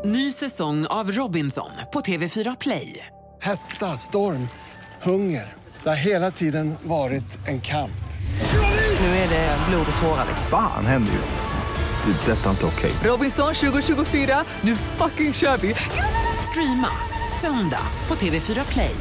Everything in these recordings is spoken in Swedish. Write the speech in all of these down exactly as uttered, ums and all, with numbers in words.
Ny säsong av Robinson på T V fyra Play. Hetta, storm, hunger. Det har hela tiden varit en kamp. Nu är det blod och tårar. Fan händer just det. Det är detta inte okej. Robinson tjugo tjugofyra, nu fucking kör vi. Streama söndag på T V fyra Play.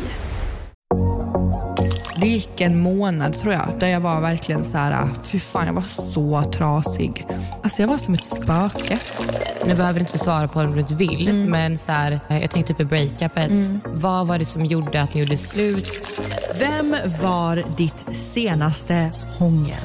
Det gick en månad tror jag, där jag var verkligen så här, fy fan, jag var så trasig. Alltså jag var som ett spöke. Nu behöver du inte svara på om du inte vill, mm. men så här, jag tänkte typ i breakupet. Mm. Vad var det som gjorde att ni gjorde slut? Vem var ditt senaste hångel?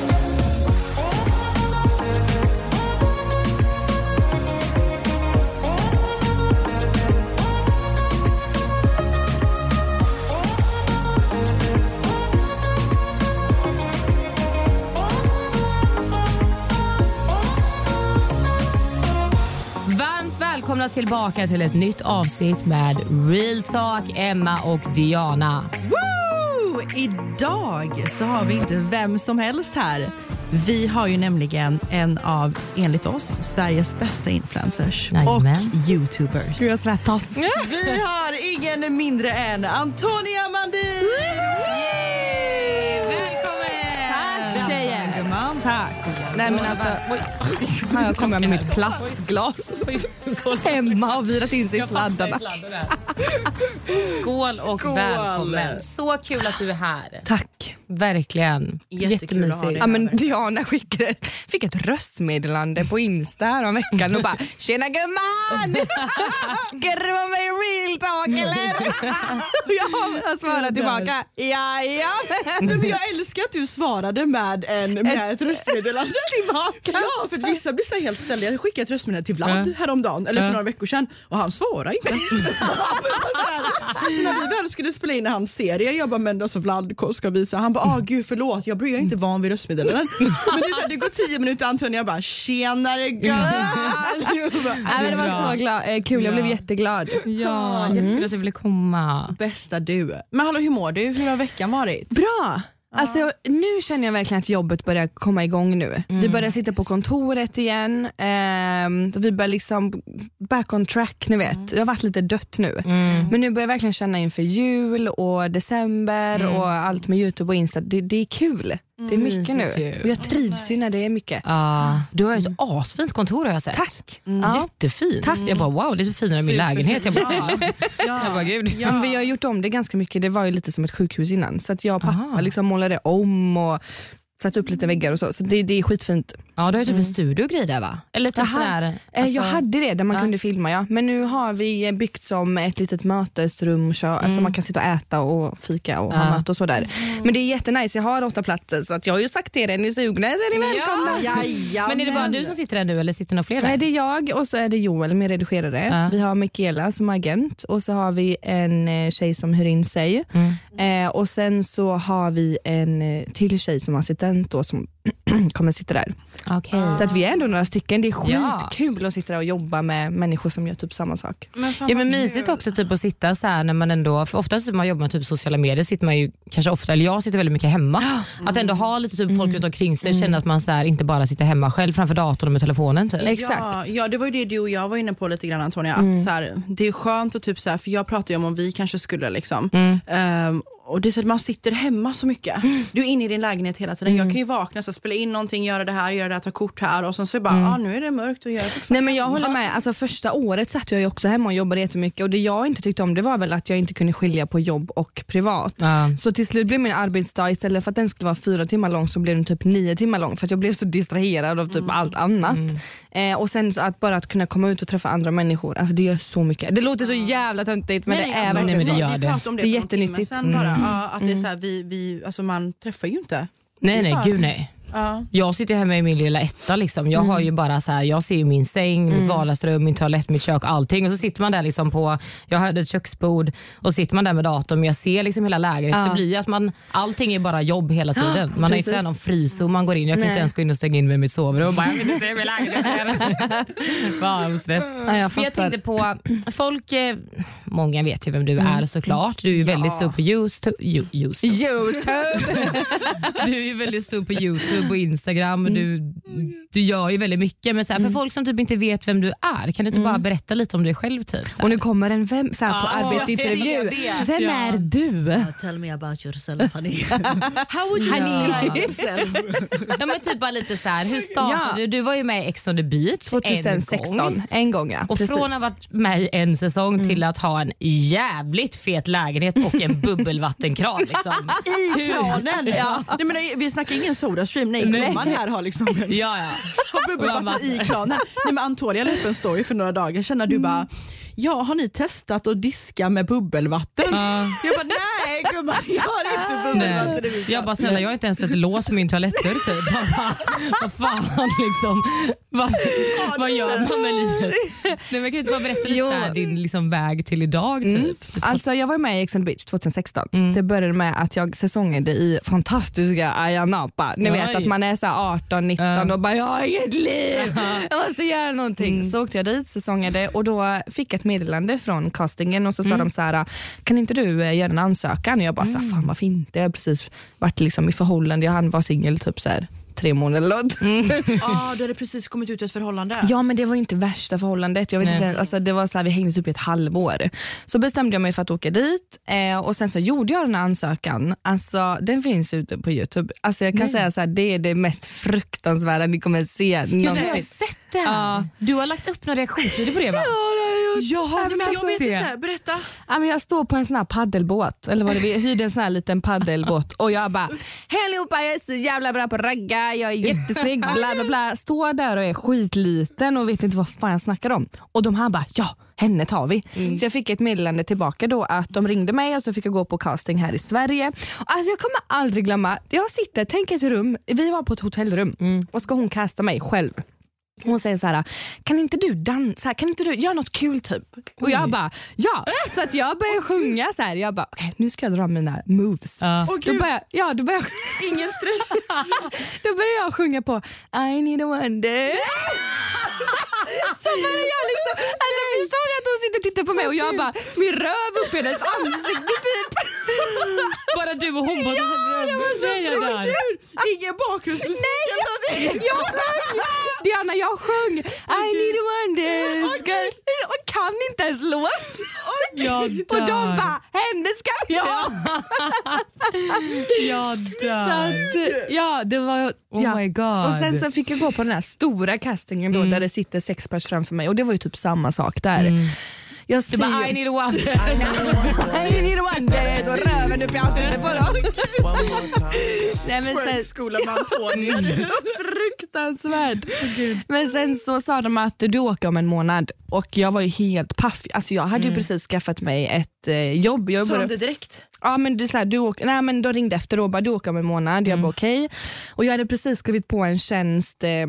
Välkomna tillbaka till ett nytt avsnitt med Real Talk, Emma och Diana. Woo! Idag så har vi inte vem som helst här. Vi har ju nämligen en av, enligt oss, Sveriges bästa influencers. Jajamän. Och YouTubers. Gud, jag svettas. Vi har ingen mindre än Antonia Mandin. Tack. Nej men alltså, här kommer jag med mitt plastglas hemma och virat in sig i sladdarna. Skål och Skål. Välkommen. Så kul att du är här. Tack. Verkligen. Jättekul att ha dig. Ja, men Diana skickade, fick ett röstmeddelande på Insta om veckan och bara, tjena gumman! Ska du vara med i Real Talk eller? Jag har svarat tillbaka, ja, ja. Men jag älskar att du svarade med, en, med ett röstmeddelande tillbaka. Ja, för att vissa blir så helt ställda. Jag skickade ett röstmeddelande till Vlad häromdagen, eller för några veckor sedan, och han svarade inte. Så när vi väl skulle spela in hans serie, jag bara, men då så Vlad ska visa, han bara, ah gud förlåt, jag bryr jag inte van vid röstmeddelanden. Men det, är så här, det går tio minuter, Antonia bara, tjenare girl. Nej, det var så glad, eh, kul, jag blev jätteglad. Ja, jättekul att du ville komma. Bästa du. Men hallå, hur mår du? Hur har veckan varit? Bra! Alltså jag, nu känner jag verkligen att jobbet börjar komma igång nu. Mm. Vi börjar sitta på kontoret igen. Ehm, vi börjar liksom back on track, ni vet. Mm. Det har varit lite dött nu. Mm. Men nu börjar jag verkligen känna inför jul och december mm. och allt med YouTube och Insta. Det, det är kul. Det är mycket mm, nu. Och jag trivs ju när det är mycket. Uh, du har ett mm. asfint kontor har jag sett. Tack. Mm. Jättefint. Tack. Jag bara wow, det är så finare än min lägenhet. Jag bara, ja. jag bara gud. Ja. Men vi har gjort om det ganska mycket. Det var ju lite som ett sjukhus innan. Så att jag och pappa Aha. liksom målade om och satt upp lite väggar och så. Så det, det är skitfint. Ja, du har ju typ en studio och grejer där va? Eller typ sån här, alltså... Jag hade det där man ja. kunde filma, ja. Men nu har vi byggt som ett litet mötesrum. Så mm. alltså man kan sitta och äta och fika och ja. ha mat och sådär. Mm. Men det är jättenice, jag har åtta platser. Så att jag har ju sagt till er, är ni sugna så är ni välkomna. Ja. Ja, men är det bara du som sitter där nu eller sitter några fler där? Nej, det är jag och så är det Joel med redigerare. Ja. Vi har Michaela som agent och så har vi en tjej som hyr in sig. Mm. Eh, och sen så har vi en till tjej som assistent då som kommer sitta där. Okay. Så att vi är ändå några stycken. Det är skitkul ja. att sitta där och jobba med människor som gör typ samma sak. Men ja, men mysigt också typ att sitta så här när man ändå, för oftast när man jobbar med typ sociala medier sitter man ju kanske ofta, eller jag sitter väldigt mycket hemma. Mm. Att ändå ha lite typ folk runt omkring sig och mm. känna att man så här, inte bara sitter hemma själv framför datorn med telefonen typ. Ja, exakt. Ja, det var ju det du och jag var inne på lite grann, Antonia. Att mm. så här, det är skönt att typ så här, för jag pratar ju om om vi kanske skulle liksom mm. um, och det är så att man sitter hemma så mycket. Mm. Du är inne i din lägenhet hela tiden. Mm. Jag kan ju vakna så spela in någonting, göra det här, göra det här, ta kort här. Och sen så bara, mm. ah, nu är det mörkt och gör det. Nej, men jag håller med. Alltså första året satt jag ju också hemma och jobbade jättemycket. Och det jag inte tyckte om det var väl att jag inte kunde skilja på jobb och privat. Mm. Så till slut blev min arbetsdag, istället för att den skulle vara fyra timmar lång, så blev den typ nio timmar lång. För att jag blev så distraherad av typ mm. allt annat. Mm. Eh, och sen så att bara att kunna komma ut och träffa andra människor. Alltså det gör så mycket. Det låter så jävla töntigt, men nej, det är alltså, verkligen det. Det, gör det. det. det är jättenyttigt. Sen bara, mm. ja, att det är så här, vi, vi, alltså man träffar ju inte. Nej, nej, bara... gud nej. Ja. Jag sitter hemma i min lilla etta liksom. Jag mm. har ju bara så här, jag ser ju min säng, mm. mitt vardagsrum, min toalett, mitt kök, allting. Och så sitter man där liksom på, jag hade ett köksbord och sitter man där med datorn, men jag ser liksom hela läget. Ja. Så blir det att man, allting är bara jobb hela tiden. Man har inte någon frizon, man går in. Jag kan Nej. inte ens gå in och stänga in mig i mitt sovrum och bara, jag vill inte se min lägenhet. Vad stress. Ja, jag, För jag tänkte på, folk, många vet ju vem du är såklart. Du är ju väldigt ja. stor på YouTube. YouTube. YouTube. Du är ju väldigt stor på YouTube på Instagram och du, du gör ju väldigt mycket. Men så här, för mm. folk som typ inte vet vem du är, kan du inte mm. bara berätta lite om dig själv typ? Så och nu kommer en vem, så här, på ah, arbetsintervju. Vem ja. är du? Uh, tell me about yourself, honey. How would you describe yourself? Ja, men typ bara lite så här, hur startade ja. du? Du var ju med i Ex on the Beach tjugohundrasexton. En gång. En gång ja. Och precis. från att ha varit med i en säsong mm. till att ha en jävligt fet lägenhet och en bubbelvattenkran liksom. I planen. Ja. Nej, men vi snackar ingen sodastream. Nej, gumman här har liksom en, ja, ja. har bubbelvatten i kranen. Nej, men Antonia la upp en story för några dagar sedan när du mm. bara, ja, har ni testat att diska med bubbelvatten? Uh. Jag bara, nej gumman, jag har inte bubbelvatten i min. Jag bara, snälla, jag har inte ens ett lås på min toalettdörr typ. Vad fan liksom. Vad, vad gör man med livet? Nej, men kan inte bara berätta lite så här, din liksom väg till idag typ? Mm. Alltså jag var med i Ex on the Beach tjugohundrasexton. Mm. Det började med att jag säsongade i fantastiska Ayia Napa. Ni vet att man är så här arton nitton uh. och bara, jag har inget liv. Uh. Jag måste göra någonting. Mm. Så åkte jag dit, säsongade och då fick jag ett meddelande från castingen och så sa mm. de så här, kan inte du eh, göra en ansökan? Och jag bara mm. så här, fan varför inte? Jag har precis varit liksom i förhållande, jag var singel typ så här tre månader eller något. Mm. ah, du hade precis kommit ut i ett förhållande. Ja, men det var inte värsta förhållandet. Jag vet inte, alltså, det var så här, vi hängde typ i ett halvår. Så bestämde jag mig för att åka dit eh, och sen så gjorde jag den här ansökan. Alltså, den finns ute på YouTube. Alltså jag kan Nej. säga så här, det är det mest fruktansvärda ni kommer se. Jag har sett det här. Uh, du har lagt upp några reaktionsvideo på det va? Jag, har men jag vet inte, berätta. Ja, men jag står på en sån här paddelbåt. Eller vad det vi hyrde en sån här liten paddelbåt. Och jag bara, hej allihopa, jag är så jävla bra på att ragga. Jag är jättesnygg, bla bla bla. Står där och är skitliten och vet inte vad fan jag snackar om. Och de här bara, ja, henne tar vi. Mm. Så jag fick ett meddelande tillbaka då att de ringde mig och så fick jag gå på casting här i Sverige. Alltså jag kommer aldrig glömma, jag sitter, tänk ett rum, vi var på ett hotellrum mm. och ska hon casta mig själv. Hon säger så här, kan inte du dansa, kan inte du göra något kul typ? Och jag bara, ja. Så att jag börjar sjunga så här. Jag bara, okej, okay, nu ska jag dra mina moves. Uh. Oh, då börjar, ja, då börjar jag, ingen stress. Då börjar jag sjunga på I need a wonder. Så börjar jag liksom, alltså förstår ni att hon sitter och tittar på mig och jag bara, min röv upp i hennes ansikte typ. Bara du och hon bara, ja, det var så där. Ingen bakgrundsmusik. Nej, jag, jag sjöng. Diana, jag sjöng I need a wonder. Okay. Och kan inte ens låt. Okay. Och de bara, henne ska vi ja. Jag dör. Ja, det var oh ja. my god. Och sen så fick jag gå på den här stora castingen då mm. där det sitter sex pers framför mig och det var ju typ samma sak där. Mm. Jag du bara, I need a wonder. I need a wonder. Då röven upp i ansiktet på dem. Nej, men sen skolan med Antonia. Fruktansvärt. Oh, men sen så sa de att du åker om en månad och jag var ju helt paff. Alltså jag hade mm. ju precis skaffat mig ett eh, jobb. Jag sa de det direkt? Ja, men det är så här, du åker, nej men då ringde efter och bara, du åker om en månad. Jag mm. bara okej. Okay. Och jag hade precis skrivit på en tjänst eh,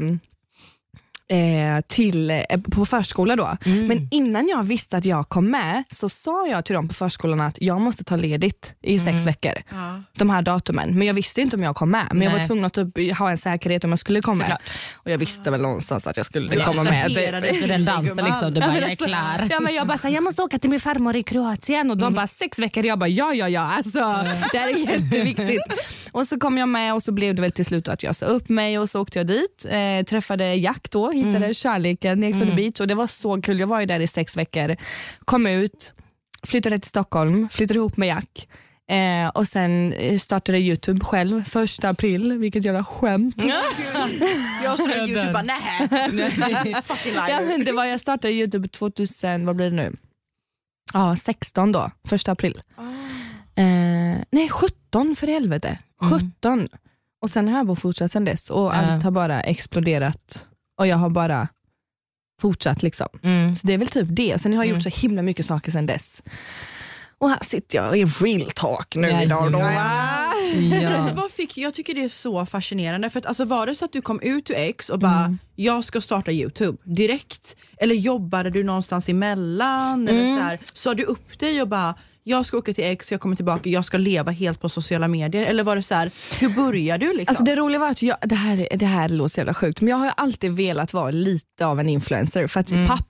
Eh, till, eh, på förskola då. Mm. Men innan jag visste att jag kom med så sa jag till dem på förskolan att jag måste ta ledigt i mm. sex veckor. Ja. De här datumen. Men jag visste inte om jag kom med. Men Nej. jag var tvungen att typ ha en säkerhet om jag skulle komma med. Och jag visste väl någonstans att jag skulle ja, komma med. Efter den dansen liksom. Du bara, jag är klar. Ja, men jag bara så, jag måste åka till min farmor i Kroatien. Och de mm. bara, sex veckor. Jag bara, ja, ja, ja. Alltså, mm. det här är jätteviktigt. Och så kom jag med och så blev det väl till slut att jag sa upp mig. Och så åkte jag dit. Eh, träffade Jack då. Hittade mm. kärleken i Ex on the Beach och det var så kul. Jag var ju där i sex veckor. Kom ut, flyttade till Stockholm, flyttade ihop med Jack. Eh, och sen startade YouTube själv första april, vilket jävla skämt. Jag såg YouTube bara, nej. Fucking liar. Ja, men det var, jag startade YouTube tvåtusen, vad blir det nu? Ja, sexton då, första april. Oh. Eh, nej, sjutton för helvete. sjutton. Mm. Och sen har jag bara fortsatt sen dess och uh. allt har bara exploderat. Och jag har bara fortsatt liksom. Mm. Så det är väl typ det. Sen jag har jag gjort mm. så himla mycket saker sen dess. Och här sitter jag i real talk nu ja, idag. Då. Ja. Ja. Alltså, vad fick, jag tycker det är så fascinerande. För att, alltså, var det så att du kom ut ur X och bara, mm. jag ska starta YouTube direkt? Eller jobbade du någonstans emellan? Mm. Eller så här, sa du upp dig och bara, jag ska åka till X, jag kommer tillbaka, jag ska leva helt på sociala medier? Eller var det så här, hur började du liksom? Alltså det roliga var att jag, det här, det här låter så jävla sjukt, men jag har alltid velat vara lite av en influencer. För att mm. pappa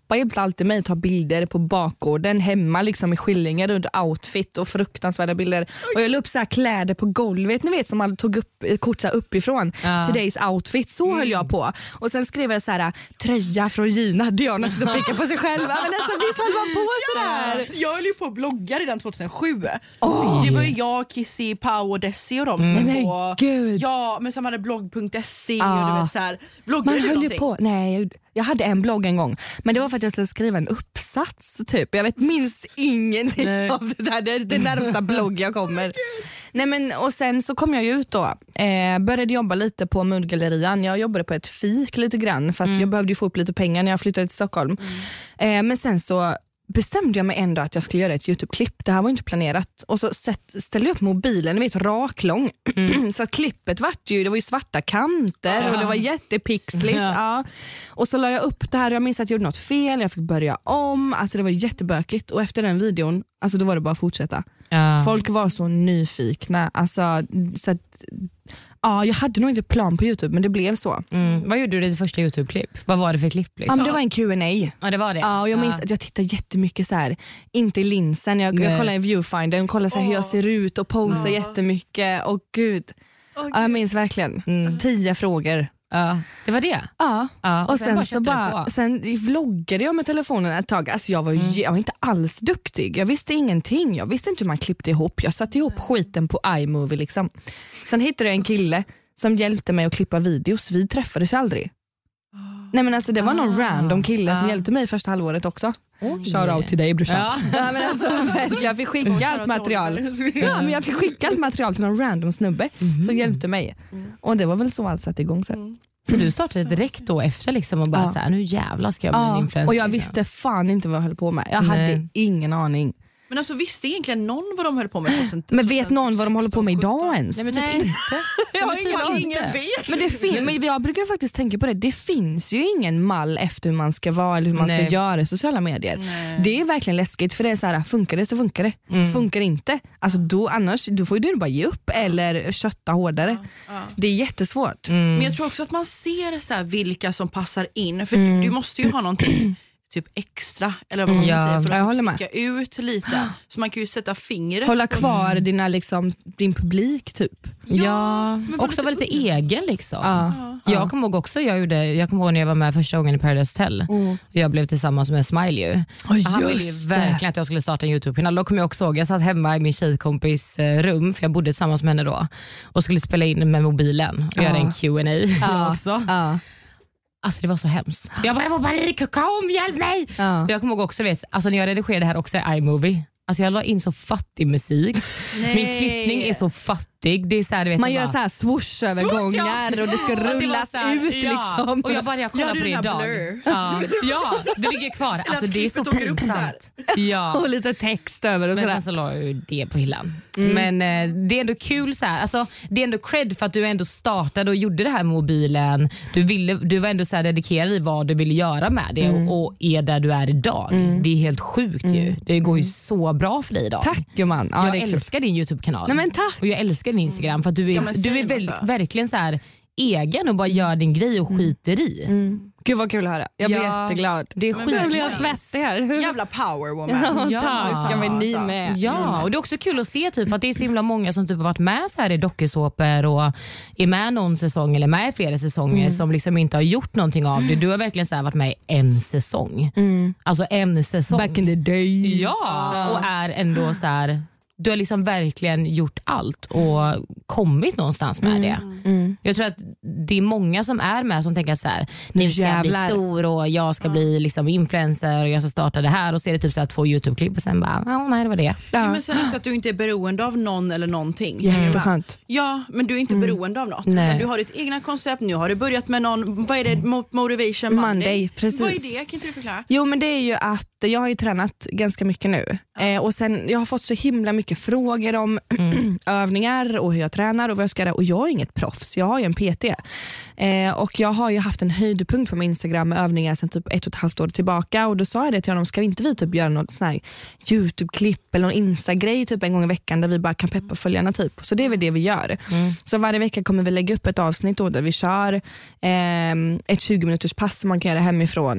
pappa hjälpte alltid mig att ta bilder på bakgården hemma liksom i Skillinge under outfit och fruktansvärda bilder. Och jag la upp så här kläder på golvet, ni vet, som man tog upp kort så här uppifrån. Ja. Today's outfit, så mm. höll jag på. Och sen skrev jag så här: tröja från Gina. Diana sitter och pekar på sig själv. Men alltså, visst höll man på sådär. Ja, jag höll ju på att blogga redan tjugohundrasju. Oh. Det var ju jag, Kissy, Pau och Desi och de som mm. på. Gud. Ja, men som hade blogg punkt se ah. och du vet så här. Man höll ju på. Nej, jag hade en blogg en gång, men det var för att jag skulle skriva en uppsats typ. Jag vet minst ingenting Nej. av det där. Det är den närmsta blogg jag kommer. Nej, men och sen så kom jag ju ut då. Eh, började jobba lite på Mundgallerian. Jag jobbade på ett fik lite grann för att mm. jag behövde ju få upp lite pengar när jag flyttade till Stockholm. Mm. Eh, men sen så bestämde jag mig ändå att jag skulle göra ett YouTube-klipp. Det här var inte planerat. Och så ställde jag upp mobilen, ni vet, raklång. Mm. Så att klippet vart ju, det var ju svarta kanter ja. och det var jättepixligt. Ja. Ja. Och så la jag upp det här, jag minns att jag gjorde något fel, jag fick börja om. Alltså det var jättebökigt. Och efter den videon, alltså då var det bara att fortsätta. Ja. Folk var så nyfikna. Alltså, så att, ja, jag hade nog inte plan på YouTube, men det blev så. Mm. Vad gjorde du i ditt första YouTube-klipp? Vad var det för klipp? Liksom? Ja, det var en Q and A. Ja, det var det. Ja, och jag minns ja. att jag tittade jättemycket så här, inte i linsen. Jag, jag kollade i viewfinder, kollade så här, oh. hur jag ser ut och posar oh. jättemycket. Och gud, oh, ja, jag minns verkligen. Mm. Tio frågor. Ja, det var det. Ja, ja och, och sen, sen bara så bara sen vloggade jag med telefonen ett tag. Alltså jag var mm. jag var inte alls duktig. Jag visste ingenting. Jag visste inte hur man klippte ihop. Jag satte ihop skiten på iMovie liksom. Sen hittade jag en kille som hjälpte mig att klippa videos. Vi träffades aldrig. Nej, men alltså det var någon ah. random kille ah. som hjälpte mig första halvåret också. Oh, shout out till dig, brorsan. Ja. Ja, men alltså, jag fick skicka allt material. Ja, men jag fick skicka allt material till någon random snubbe mm. som hjälpte mig. Mm. Och det var väl så allt satt igång sen. Mm. Så du startade direkt då efter liksom och bara ja. så här, nu jävlar ska jag bli ja. en influencer. Och jag visste fan inte vad jag höll på med. Jag Nej. hade ingen aning. Men alltså visste egentligen någon vad de höll på med? tjugohundrasjutton, men vet någon vad de håller på med idag ens? Nej, men typ Nej. inte. Jag har ingen aning, ingen vet. Men, det fin- men jag brukar faktiskt tänka på det. Det finns ju ingen mall efter hur man ska vara eller hur man Nej. ska göra i sociala medier. Nej. Det är verkligen läskigt, för det är så här, funkar det så funkar det. Mm. Funkar det inte, alltså då, annars, då får du bara ge upp eller kötta hårdare. Ja, ja. Det är jättesvårt. Mm. Men jag tror också att man ser så här vilka som passar in. För mm. du måste ju ha någonting typ extra, eller vad man ska ja, säga, för att sticka med. ut lite. Så man kan ju sätta fingret. Hålla kvar mm. dina, liksom, din publik typ. Ja, ja också vara lite egen liksom. Ja. Ja. Jag kommer ihåg också, jag, gjorde, jag kommer ihåg när jag var med första gången i Paradise Hotel. Mm. Jag blev tillsammans med Smiley ju. Oh, han ville ju verkligen att jag skulle starta en YouTube-kanal. Då kom jag också ihåg, jag satt hemma i min tjejkompis rum, för jag bodde tillsammans med henne då, och skulle spela in med mobilen och ja. göra en Q and A ja. också. Ja. Alltså det var så hemskt. Jag bara, jag var panik, kom, hjälp mig! Ja. Jag kommer ihåg också, vet, alltså när jag redigerade det här också i iMovie. Alltså jag la in så fattig musik. Nej. Min klippning är så fattig. Det är så här, du vet, man gör bara, så här swoosh-övergångar ja. och det ska rullas det här, ut ja. liksom. Och jag bara, jag kollar på det idag. Ja. ja, det ligger kvar. Alltså det är så pinsamt. Ja. Och lite text över och men sådär. sen så la jag ju det på hyllan. Mm. Men eh, det är ändå kul så här. Alltså det är ändå cred för att du ändå startade och gjorde det här med mobilen. Du, ville, du var ändå så här dedikerad i vad du ville göra med det mm. och, och är där du är idag. Mm. Det är helt sjukt mm. ju. Det går ju så bra för dig idag. Tack man. Ja, jag älskar din YouTube-kanal. Nej, men tack. Och jag älskar din Instagram för att du är, du är väl, verkligen så här egen och bara gör din grej och skiter i. Mm. Gud vad kul att höra. Jag blir ja, jätteglad. Det är skit. Jag blir svettig här. Jävla power woman. Ja, tack. Ska vi ni med? Ja, och det är också kul att se typ, för att det är så himla många som typ har varit med så här i dokusåpor och är med någon säsong eller med i flera säsonger mm. som liksom inte har gjort någonting av det. Du har verkligen så här varit med i en säsong. Mm. Alltså en säsong. Back in the days. Ja, och är ändå så här. Du har liksom verkligen gjort allt och kommit någonstans med mm. det. Mm. Jag tror att det är många som är med som tänker så här: nu ska jag bli stor och jag ska ja. bli liksom influencer och jag ska starta det här, och så är det typ så här två YouTube-klipp och sen bara, ja, nej det var det. Ja. Ja, men sen också att du inte är beroende av någon eller någonting. Jätteskönt. Ja, men du är inte mm. beroende av något. Du har ditt egna koncept, nu har du börjat med någon, vad är det, Motivation Monday? Monday, precis. Vad är det? Kan inte du förklara? Jo, men det är ju att jag har ju tränat ganska mycket nu. Ja. Eh, och sen, jag har fått så himla mycket frågor om mm. övningar och hur jag tränar och vad jag ska göra. Och jag är inget proffs, jag har ju en P T. Eh, och jag har ju haft en höjdpunkt på min Instagram med övningar sedan typ ett och ett halvt år tillbaka. Och då sa jag det till honom, ska vi inte vi typ göra något sån här YouTube-klipp eller någon Insta-grej typ en gång i veckan där vi bara kan peppa följarna typ. Så det är väl det vi gör. Mm. Så varje vecka kommer vi lägga upp ett avsnitt då där vi kör eh, ett tjugo minuters pass som man kan göra hemifrån.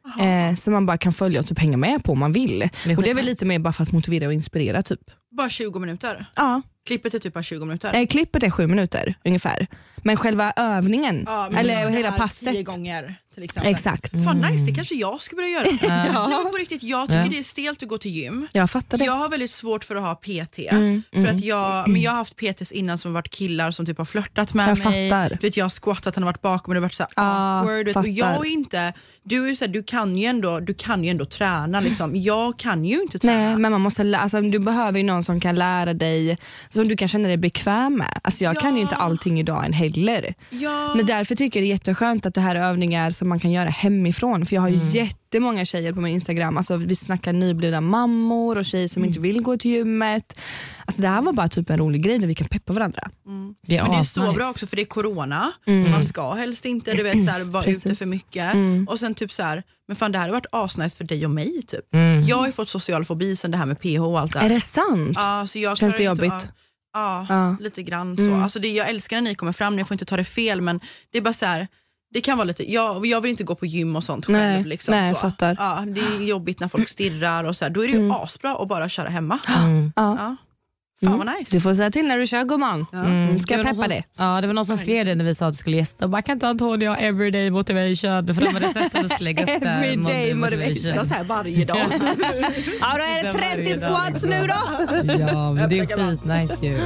eh, som man bara kan följa och typ hänga med på om man vill. Det och det är väl lite mer bara för att motivera och inspirera typ. Bara tjugo minuter? Ja. Klippet är typ bara tjugo minuter? Nej, klippet är sju minuter ungefär. Men själva övningen, ja, eller hela passet. tio gånger till exempel. Exakt. Mm. Fan nice, det kanske jag skulle börja göra. ja. Nej, på riktigt, jag tycker ja. det är stelt att gå till gym. Jag fattar det. Jag har väldigt svårt för att ha P T. Mm, för mm, att jag, men jag har haft P Ts innan som har varit killar som typ har flörtat med jag mig. Fattar. Vet, jag har squattat, han har varit bakom och det har varit så här ah, awkward. Vet, och jag är inte, du är så här, du kan ju ändå, du kan ju ändå träna liksom. Jag kan ju inte träna. Nej, men man måste alltså, du behöver ju någon som kan lära dig, som du kan känna dig bekväm med. Alltså jag ja. kan ju inte allting idag än heller. Ja. Men därför tycker jag det är jätteskönt att det här är övningar som man kan göra hemifrån. För jag har ju mm. jättemånga tjejer på min Instagram. Alltså vi snackar nyblivna mammor och tjejer som mm. inte vill gå till gymmet. Alltså det här var bara typ en rolig grej där vi kan peppa varandra. Mm. Det är men det är så nice. Bra också för det är corona. Mm. Man ska helst inte, du vet, så här, vara ute för mycket. Mm. Och sen typ så här, men fan det här har varit asnice för dig och mig typ. Mm. Jag har ju fått social fobi sen det här med P H och allt det här. Är det sant? Ja, så jag känns det jobbigt? Inte, ja, ja, lite grann så. Mm. Alltså det, jag älskar när ni kommer fram, jag får inte ta det fel, men det är bara så här. Det kan vara lite, jag, jag vill inte gå på gym och sånt nej, själv. Liksom, nej, så. Fattar. Ja, det är jobbigt när folk stirrar och så här. Då är det ju mm. asbra att bara köra hemma. Mm. Ja. Ja. Fan mm. vad nice. Du får säga till när du kör, gumman. Ja. Mm. Ska jag peppa som, det? Ja, det var någon som skrev det när vi sa att du skulle gästa. Och bara, kan inte Antonija everyday motivation? För de hade sett att du skulle lägga upp det här. Everyday motivation. Det är så här varje dag. Ja, då är det trettio squats nu då. Ja, men det är skitnice ju.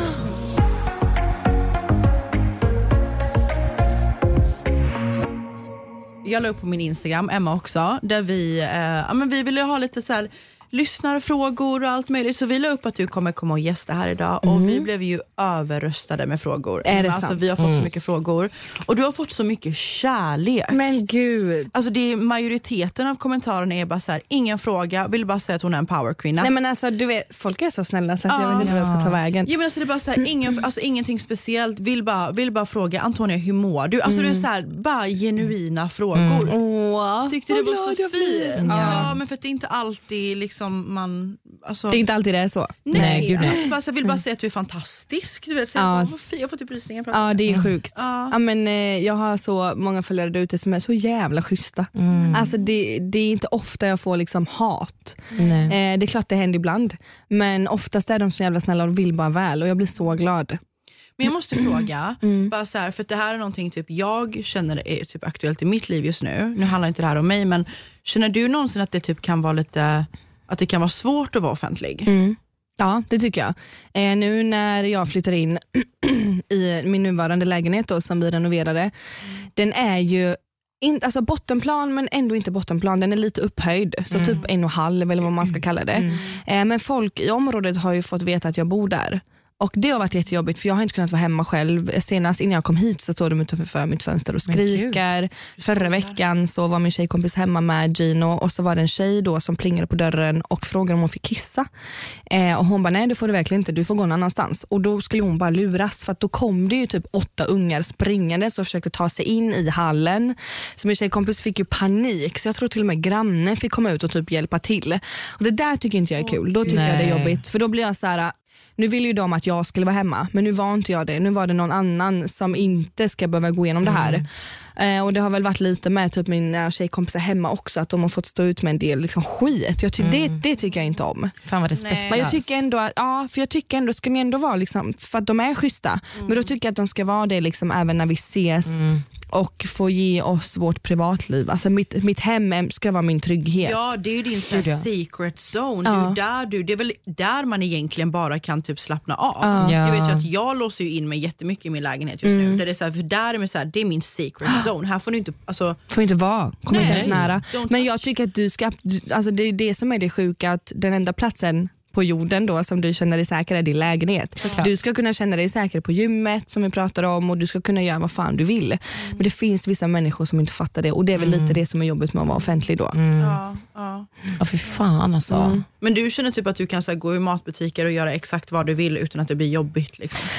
Jag la upp på min Instagram, Emma också, där vi, eh, ja, men vi ville ha lite så här lyssnarfrågor och allt möjligt. Så vi la upp att du kommer komma och gästa här idag. Mm. Och vi blev ju överröstade med frågor. Är det alltså, sant? Vi har fått mm. så mycket frågor. Och du har fått så mycket kärlek. Men gud. Alltså det är, majoriteten av kommentarerna är bara så här, ingen fråga, vill bara säga att hon är en powerkvinna. Nej men alltså du vet, folk är så snälla så att ah, jag vet inte ja. vad jag ska ta vägen. Ja men alltså det är bara så här, ingen, alltså ingenting speciellt, vill bara, vill bara fråga Antonija, hur mår du? Alltså mm. det är så här, bara genuina frågor. Mm. Oh, tyckte det var så fint. Ja. ja men för att det är inte alltid liksom man alltså, det är inte alltid det är så. Nej, nej gud nej. Alltså, bara, så jag vill bara säga att du är fantastisk. Du vet, så ja. jag, jag får typ rysningar. Ja det är sjukt. Ja. Ja, men, eh, jag har så många följare där ute som är så jävla schyssta. Mm. Alltså det, det är inte ofta jag får liksom hat. Nej. Eh, det är klart det händer ibland. Men oftast är de så jävla snälla och vill bara väl. Och jag blir så glad. Men jag måste fråga, mm. bara så här, för att det här är någonting typ jag känner är typ aktuellt i mitt liv just nu. Nu handlar inte det här om mig, men känner du någonsin att det typ kan vara lite, att det kan vara svårt att vara offentlig? Mm. Ja, det tycker jag. Eh, nu när jag flyttar in i min nuvarande lägenhet då, som vi renoverade, mm. den är ju in, alltså bottenplan men ändå inte bottenplan, den är lite upphöjd, så mm. typ en och halv eller vad man ska kalla det. Mm. Eh, men folk i området har ju fått veta att jag bor där. Och det har varit jättejobbigt för jag har inte kunnat vara hemma själv. Senast innan jag kom hit så stod de utanför mitt fönster och skriker. Förra veckan så var min tjejkompis hemma med Gino och så var det en tjej då som plingade på dörren och frågade om hon fick kissa. Eh, och hon bara, nej det får du verkligen inte, du får gå någon annanstans. Och då skulle hon bara luras för att då kom det ju typ åtta ungar springande och försökte ta sig in i hallen. Så min tjejkompis fick ju panik, så jag tror till och med grannen fick komma ut och typ hjälpa till. Och det där tycker inte jag är kul, då tycker nej. jag det är jobbigt. För då blir jag så här, nu vill ju de att jag skulle vara hemma, men nu var inte jag det. Nu var det någon annan som inte ska behöva gå igenom mm. det här. Eh, och det har väl varit lite med typ mina tjejkompisar hemma också, att de har fått stå ut med en del liksom, skit. Jag ty- mm. det, det tycker jag inte om. Fan vad respektlöst. Men jag tycker ändå att, ja, för jag tycker ändå ska ni ändå vara liksom, för att de är schyssta. Mm. Men då tycker jag att de ska vara det liksom, även när vi ses mm. och få ge oss vårt privatliv. Alltså mitt, mitt hem ska vara min trygghet. Ja, det är ju din sån här secret zone. Ja. Det, är där du, det är väl där man egentligen bara kan typ slappna av. Ja. Jag vet ju att jag låser ju in mig jättemycket i min lägenhet just mm. nu. Där det är så här, för där är det, så här, det är min secret zone. Här får du inte, alltså, får inte vara, kom inte ens nära. Men jag touch. tycker att du ska, alltså det är det som är det sjuka, att den enda platsen på jorden då som du känner dig säker är din lägenhet. Såklart. Du ska kunna känna dig säker på gymmet som vi pratar om, och du ska kunna göra vad fan du vill. Mm. Men det finns vissa människor som inte fattar det, och det är väl mm. lite det som är jobbigt med att vara offentlig då. Mm. Ja, ja. Ja, för fan alltså. Mm. Men du känner typ att du kan så här, gå i matbutiker och göra exakt vad du vill utan att det blir jobbigt liksom?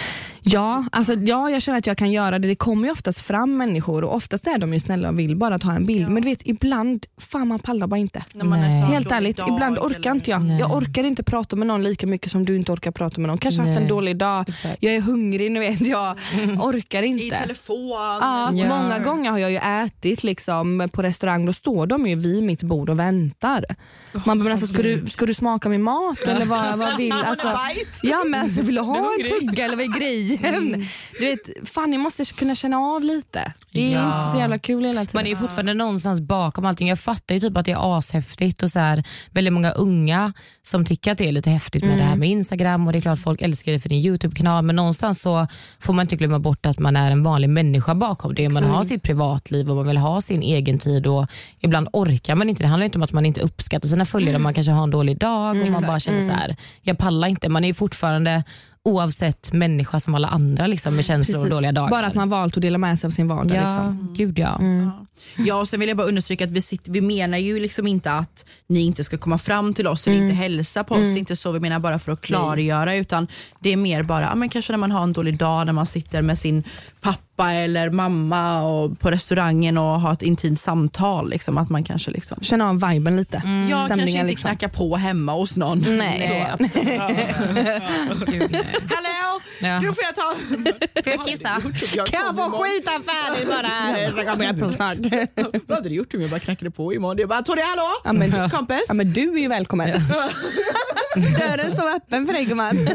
Ja, alltså, ja, jag känner att jag kan göra det. Det kommer ju oftast fram människor och oftast är de ju snälla och vill bara ta en bild. Ja. Men du vet, ibland, fan man pallar bara inte. Helt ärligt, dag, ibland orkar eller... inte jag. Nej. Jag orkar inte prata med någon lika mycket som du inte orkar prata med någon. Kanske Nej. haft en dålig dag, Exakt. jag är hungrig, nu vet jag mm. orkar inte. I telefon. Ja, ja. Många gånger har jag ju ätit liksom, på restaurang, då står de ju vid mitt bord och väntar. Man bara, alltså, ska, du, ska du smaka min mat eller vad, vad vill alltså, ja, men alltså, vill du ha en tugga eller vad är grejen? Mm. Du vet, fan jag måste kunna känna av lite. Det är ja. inte så jävla kul hela tiden. Man är ju fortfarande någonstans bakom allting. Jag fattar ju typ att det är ashäftigt och så här, väldigt många unga som tycker att det är lite häftigt med mm. det här med Instagram, och det är klart folk älskar det för din YouTube-kanal, men någonstans så får man inte glömma bort att man är en vanlig människa bakom det. Man har sitt privatliv och man vill ha sin egen tid, och ibland orkar man inte. Det handlar inte om att man inte uppskattar sina följare, man kanske har en dålig dag och mm. man bara känner så här, jag pallar inte. Man är ju fortfarande oavsett människa som alla andra liksom, med känslor Precis. och dåliga dagar. Bara att man valt att dela med sig av sin vardag. Ja, liksom. gud ja. Mm. Ja, och sen vill jag bara understryka att vi, sitter, vi menar ju liksom inte att ni inte ska komma fram till oss och mm. inte hälsa på oss. Mm. Det är inte så vi menar bara för att klargöra, Nej. utan det är mer bara, ja, men kanske när man har en dålig dag, när man sitter med sin pappa eller mamma och på restaurangen och har ett intimt samtal, liksom, att man kanske liksom känner av viben lite. Mm. Ja, kanske inte liksom. knacka på hemma hos någon. Nej, absolut. ja. Hallå! Ja. Nu får jag ta... Får jag kissa? Jag kan jag få skita färdigt bara här? Så kommer jag på snart. Vad hade du gjort om jag bara knackade på imorgon? Det är bara, Tony, hallå? Ja, men, kompis? Ja, men du är ju välkommen. Dörren står öppen för dig, gumman.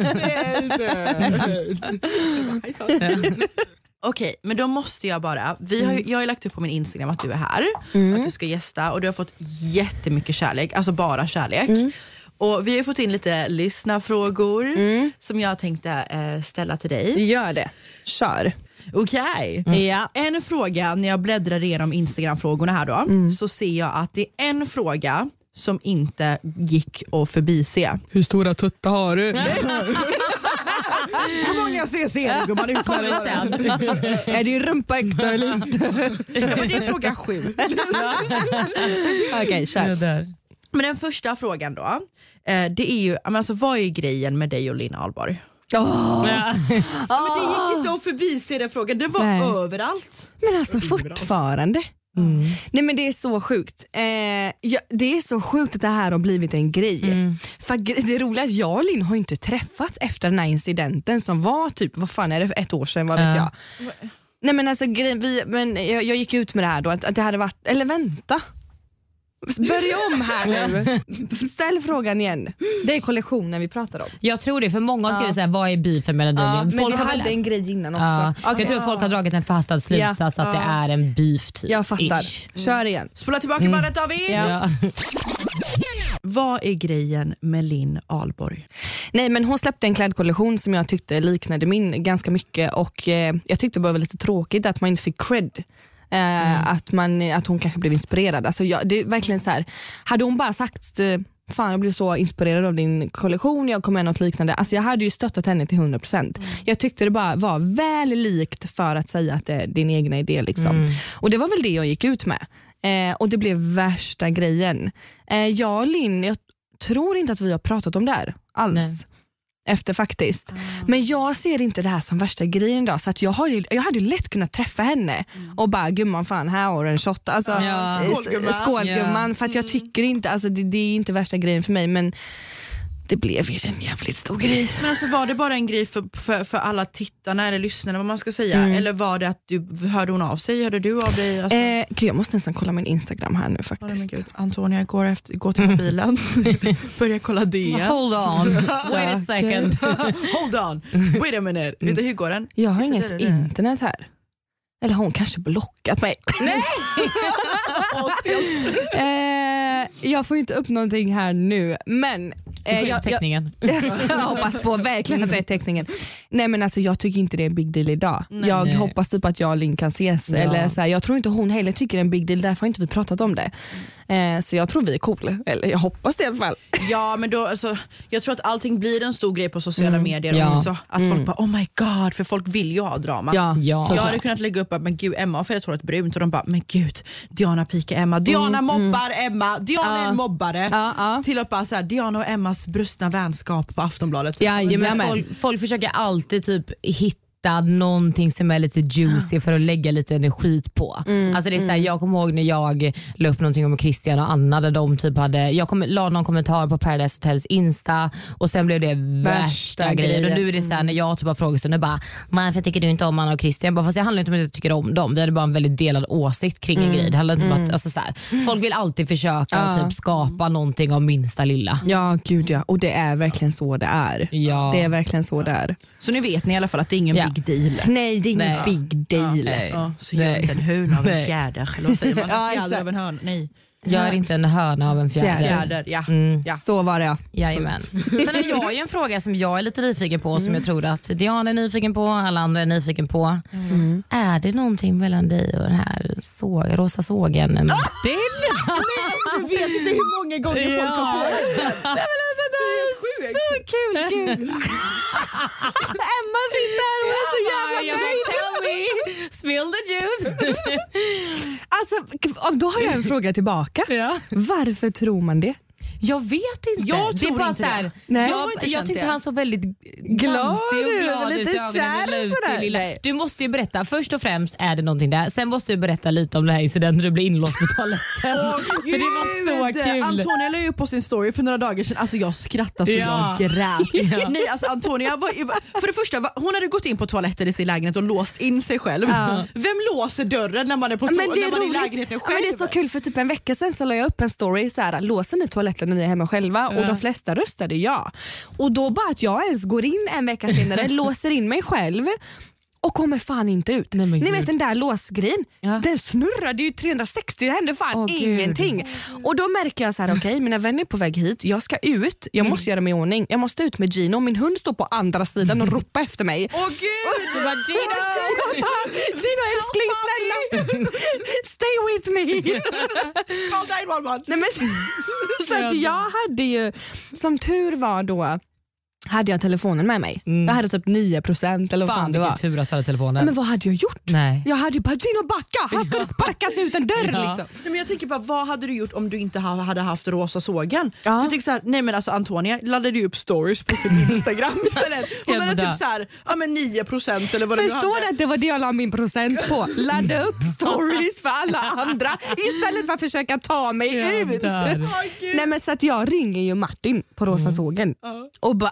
Okej, men då måste jag bara, vi har, jag har ju lagt upp på min Instagram att du är här, mm. att du ska gästa, och du har fått jättemycket kärlek, alltså bara kärlek. Mm. Och vi har fått in lite lyssnarfrågor mm. som jag tänkte eh, ställa till dig. Gör det, kör. Okej, okay. mm. ja. En fråga, när jag bläddrar igenom Instagram-frågorna här då, mm. så ser jag att det är en fråga som inte gick att förbise. Hur stora tuttar har du? Hur många C C är det, man ut med det? Är det rumpa äkta eller inte? Ja, men det är fråga sju. Okej, okay, kör. Men den första frågan då, det är ju, alltså, vad är grejen med dig och Linn Ahlborg? Oh. Ja. Ja, men det gick inte att förbise den frågan, den var Nej. överallt. Men alltså fortfarande. Mm. Nej, men det är så sjukt. Eh, ja, det är så sjukt att det här har blivit en grej. Mm. För det roliga är att jag och Linn har inte träffats efter den här incidenten som var typ, vad fan är det, ett år sedan, vad vet jag. Nej, men alltså vi, men jag, jag gick ut med det här då, att, att det hade varit, eller vänta. Börja om här nu. Ställ frågan igen. Det är kollektionen vi pratar om. Jag tror det, för många skulle ja. säga, vad är beefen mellan dig? Ja, men vi hade väl en grej innan också. Ja. Okay. Jag tror att folk har dragit en fastad slutsats ja. att det är en beef typ. Jag fattar. Ish. Kör igen. Spola tillbaka mm. bandet, David. Ja. Vad är grejen med Linn Ahlborg? Nej, men hon släppte en klädkollektion som jag tyckte liknade min ganska mycket, och eh, jag tyckte det var lite tråkigt att man inte fick cred. Mm. Att, man, att hon kanske blev inspirerad. Alltså jag, det är verkligen så här. Hade hon bara sagt, fan jag blev så inspirerad av din kollektion, jag kommer med något liknande, alltså jag hade ju stöttat henne till hundra procent. Mm. Jag tyckte det bara var väl likt för att säga att det är din egna idé liksom. Mm. Och det var väl det jag gick ut med. eh, Och det blev värsta grejen. eh, Jag och Linn, jag tror inte att vi har pratat om det här alls. Nej. Efter faktiskt. Mm. Men jag ser inte det här som värsta grejen då, så att jag, har ju, jag hade ju lätt kunnat träffa henne mm. och bara, gumman fan, här har du en shot. Alltså, ja. Skålgumman. Skålgumman, för att jag tycker inte, alltså det, det är inte värsta grejen för mig, men det blev ju en jävligt stor grej. Men alltså, var det bara en grej för, för, för alla tittarna eller lyssnarna, vad man ska säga? Mm. Eller var det att du, hörde hon av sig? Hörde du av dig? Alltså? Eh, gud, jag måste nästan kolla min Instagram här nu faktiskt. Oh, Antonia, går, efter, går till mobilen. Börja kolla det. Hold on. Wait a second. Hold on. Wait a minute. Mm. Hur går den? Jag har inget det, det, internet här. Eller hon kanske blockat mig. Nej! eh, jag får inte upp någonting här nu. Men eh, jag, teckningen. Jag, jag hoppas på verkligen att det är teckningen. Nej, men alltså jag tycker inte det är en big deal idag. Nej. Jag Nej. hoppas typ att jag och Linn kan ses. Ja. Eller så här, jag tror inte hon heller tycker det är en big deal. Därför har inte vi pratat om det. eh, Så jag tror vi är cool. Eller jag hoppas det i alla fall. Ja, men då, alltså, jag tror att allting blir en stor grej på sociala mm. medier ja. också. Att mm. folk bara, oh my god. För folk vill ju ha drama. Ja. Ja. Så jag hade kunnat lägga upp att, men gud, Emma har för jag tror att brunt, och de bara, men gud, Diana pika Emma, Diana mm, mobbar mm. Emma, Diana uh, är en mobbare uh, uh. till att bara så här, Diana och Emmas brustna vänskap på Aftonbladet. Ja, ja, men folk, folk försöker alltid typ hitta hitta någonting som är lite juicy för att lägga lite energi på. Mm, Alltså det är så här, mm. jag kommer ihåg när jag la upp någonting om Christian och Anna där de typ hade, jag kom, la någon kommentar på Paradise Hotels Insta och sen blev det värsta, värsta grejen. Och nu är det så här, när jag typ har frågestunder bara, varför tycker du inte om Anna och Christian? Bara, fast det handlar inte om att jag tycker om dem. Det är bara en väldigt delad åsikt kring Mm. en grej. Det handlar inte om Mm. att, alltså så här, folk vill alltid försöka Ja. och typ skapa någonting av minsta lilla. Ja, gud ja. Och det är verkligen så det är. Ja. Det är verkligen så det är. Så nu vet ni i alla fall att det är ingen Ja. big deal. Nej, det är ingen Nej. big deal. Nej. Ja, så gör Nej. inte en höna av en Nej. fjäder. Eller vad säger man? Ja, En fjäder exakt. av en hön. Nej. Jag är inte en höna av en fjäder. Fjäder, ja. Mm. ja. Så var det ja. Jajamän. Sen har jag ju en fråga som jag är lite nyfiken på, som jag tror att Diana är nyfiken på, alla andra är nyfiken på. Mm. Är det någonting mellan dig och den här så, rosa sågen Martin? Du vet inte hur många gånger folk har frågat. Så kul, kul. Emma sitter här och är så jävla nöjd. Tell me, spill the juice. Alltså, då har jag en fråga tillbaka. Ja. Varför tror man det? Jag vet inte. Jag det är tror bara inte så här, det. Nej. Jag har jag, inte jag känt tyckte det. han såg väldigt Glad glansig och ut, glad lite ut i ögonen. kär Ville ut sådär. till lilla- Nej. Du måste ju berätta. Först och främst är det någonting där. Sen måste du berätta lite om den här incidenten när du blev inlåst på toaletten. För det var så kul. Antonia la ju upp på sin story för några dagar sedan. Alltså jag skrattade så Ja. jag grät. Nej, alltså Antonia var, för det första, var- hon hade gått in på toaletten i sin lägenhet och låst in sig själv. Ja. Vem låser dörren när man är, på to- Men det när är, man är i roligt. lägenheten Ja, själv? men det är så kul för typ en vecka sedan så la jag upp en story så här, låser ni toaletten när ni är hemma själva? Och de flesta röstade ja. Och då bara att jag ens går in en vecka senare, låser in mig själv och kommer fan inte ut. Nej, men Ni gud. vet den där låsgrejen, Ja. den snurrade ju trehundrasextio, det hände fan Åh, gud. ingenting. Och då märker jag så här: okej, mina vänner är på väg hit, jag ska ut, jag Mm. måste göra mig i ordning, jag måste ut med Gino, min hund står på andra sidan och ropar efter mig. Åh gud! Det var Gino! Gino älskling, snälla stay with me. Call nine one one. Nej, men, så att jag hade ju, som tur var då, hade jag telefonen med mig. Mm. Jag hade typ nio procent eller vad fan, Fan det var. vilken tur att du hade telefonen. Men vad hade jag gjort? Nej. Jag hade ju bara Gino backa, han skulle sparkas ut en dörr Ja. liksom. Nej, men jag tänker bara, vad hade du gjort om du inte ha- hade haft rosa sågen? Ja. För jag tycker så här, nej men alltså Antonia laddade ju upp stories på sin Instagram istället. Hon Jag hade får dö. typ så här, ja men nio procent eller vad det nu Förstår hade. du att det var det jag la min procent på? Ladda upp stories för alla andra istället för att försöka ta mig Jag ut. dör. Nej men så att jag ringer ju Martin på Rosa sågen och bara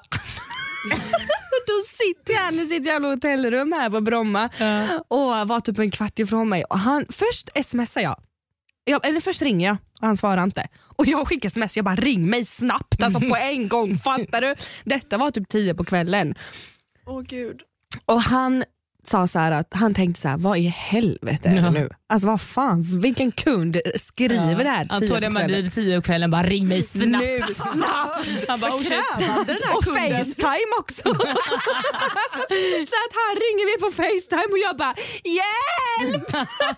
då sitter jag, nu sitter jag i hotellrum här på Bromma och var typ en kvart ifrån mig och han, först smsar jag. jag eller först ringer jag och han svarar inte och jag skickar sms, jag bara ring mig snabbt alltså på en gång, fattar du? Detta var typ tio på kvällen. Åh gud. Och han sa så här att han tänkte så här: vad i helvete är det Ja. nu? Alltså vad fan, vilken kund skriver det här tio Antonia på man kvällen? är tio på kvällen, bara ring mig snabbt. Nu, snabbt! Han bara, oh shit. Krävande den här Och kunden. FaceTime också. Så att han ringer mig på FaceTime och jag bara hjälp!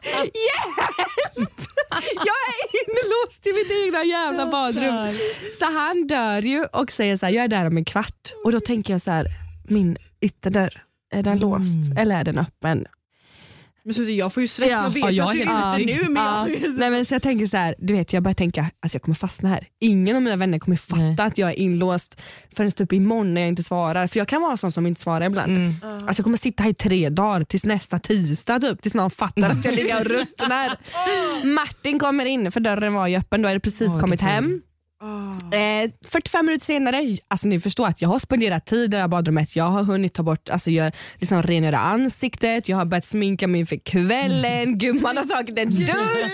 Hjälp! Jag är inlåst i mitt egna jävla badrum. Så han dör ju och säger så här: jag är där om en kvart. Och då tänker jag så här: min ytterdörr, är den låst eller är den öppen? Men så, jag får ju stress, Ja. jag vet Ja, ju jag att du är är helt ute trygg. nu men Ja. jag... Nej, men så jag tänker så här, du vet jag börjar tänka alltså jag kommer fastna här. Ingen av mina vänner kommer fatta Nej. att jag är inlåst förrän typ imorgon när jag inte svarar. För jag kan vara sån som inte svarar ibland. Mm. Alltså jag kommer sitta här i tre dagar tills nästa tisdag typ, tills någon fattar att jag ligger och ruttnar. Martin kommer in för dörren var ju öppen, då är det precis Åh, kommit det är hem. Eh, fyrtiofem minuter senare, alltså ni förstår att jag har spenderat tid i det här badrummet. Jag har hunnit ta bort, alltså jag liksom rengöra ansiktet, jag har börjat sminka mig inför kvällen, gumman har tagit en dusch.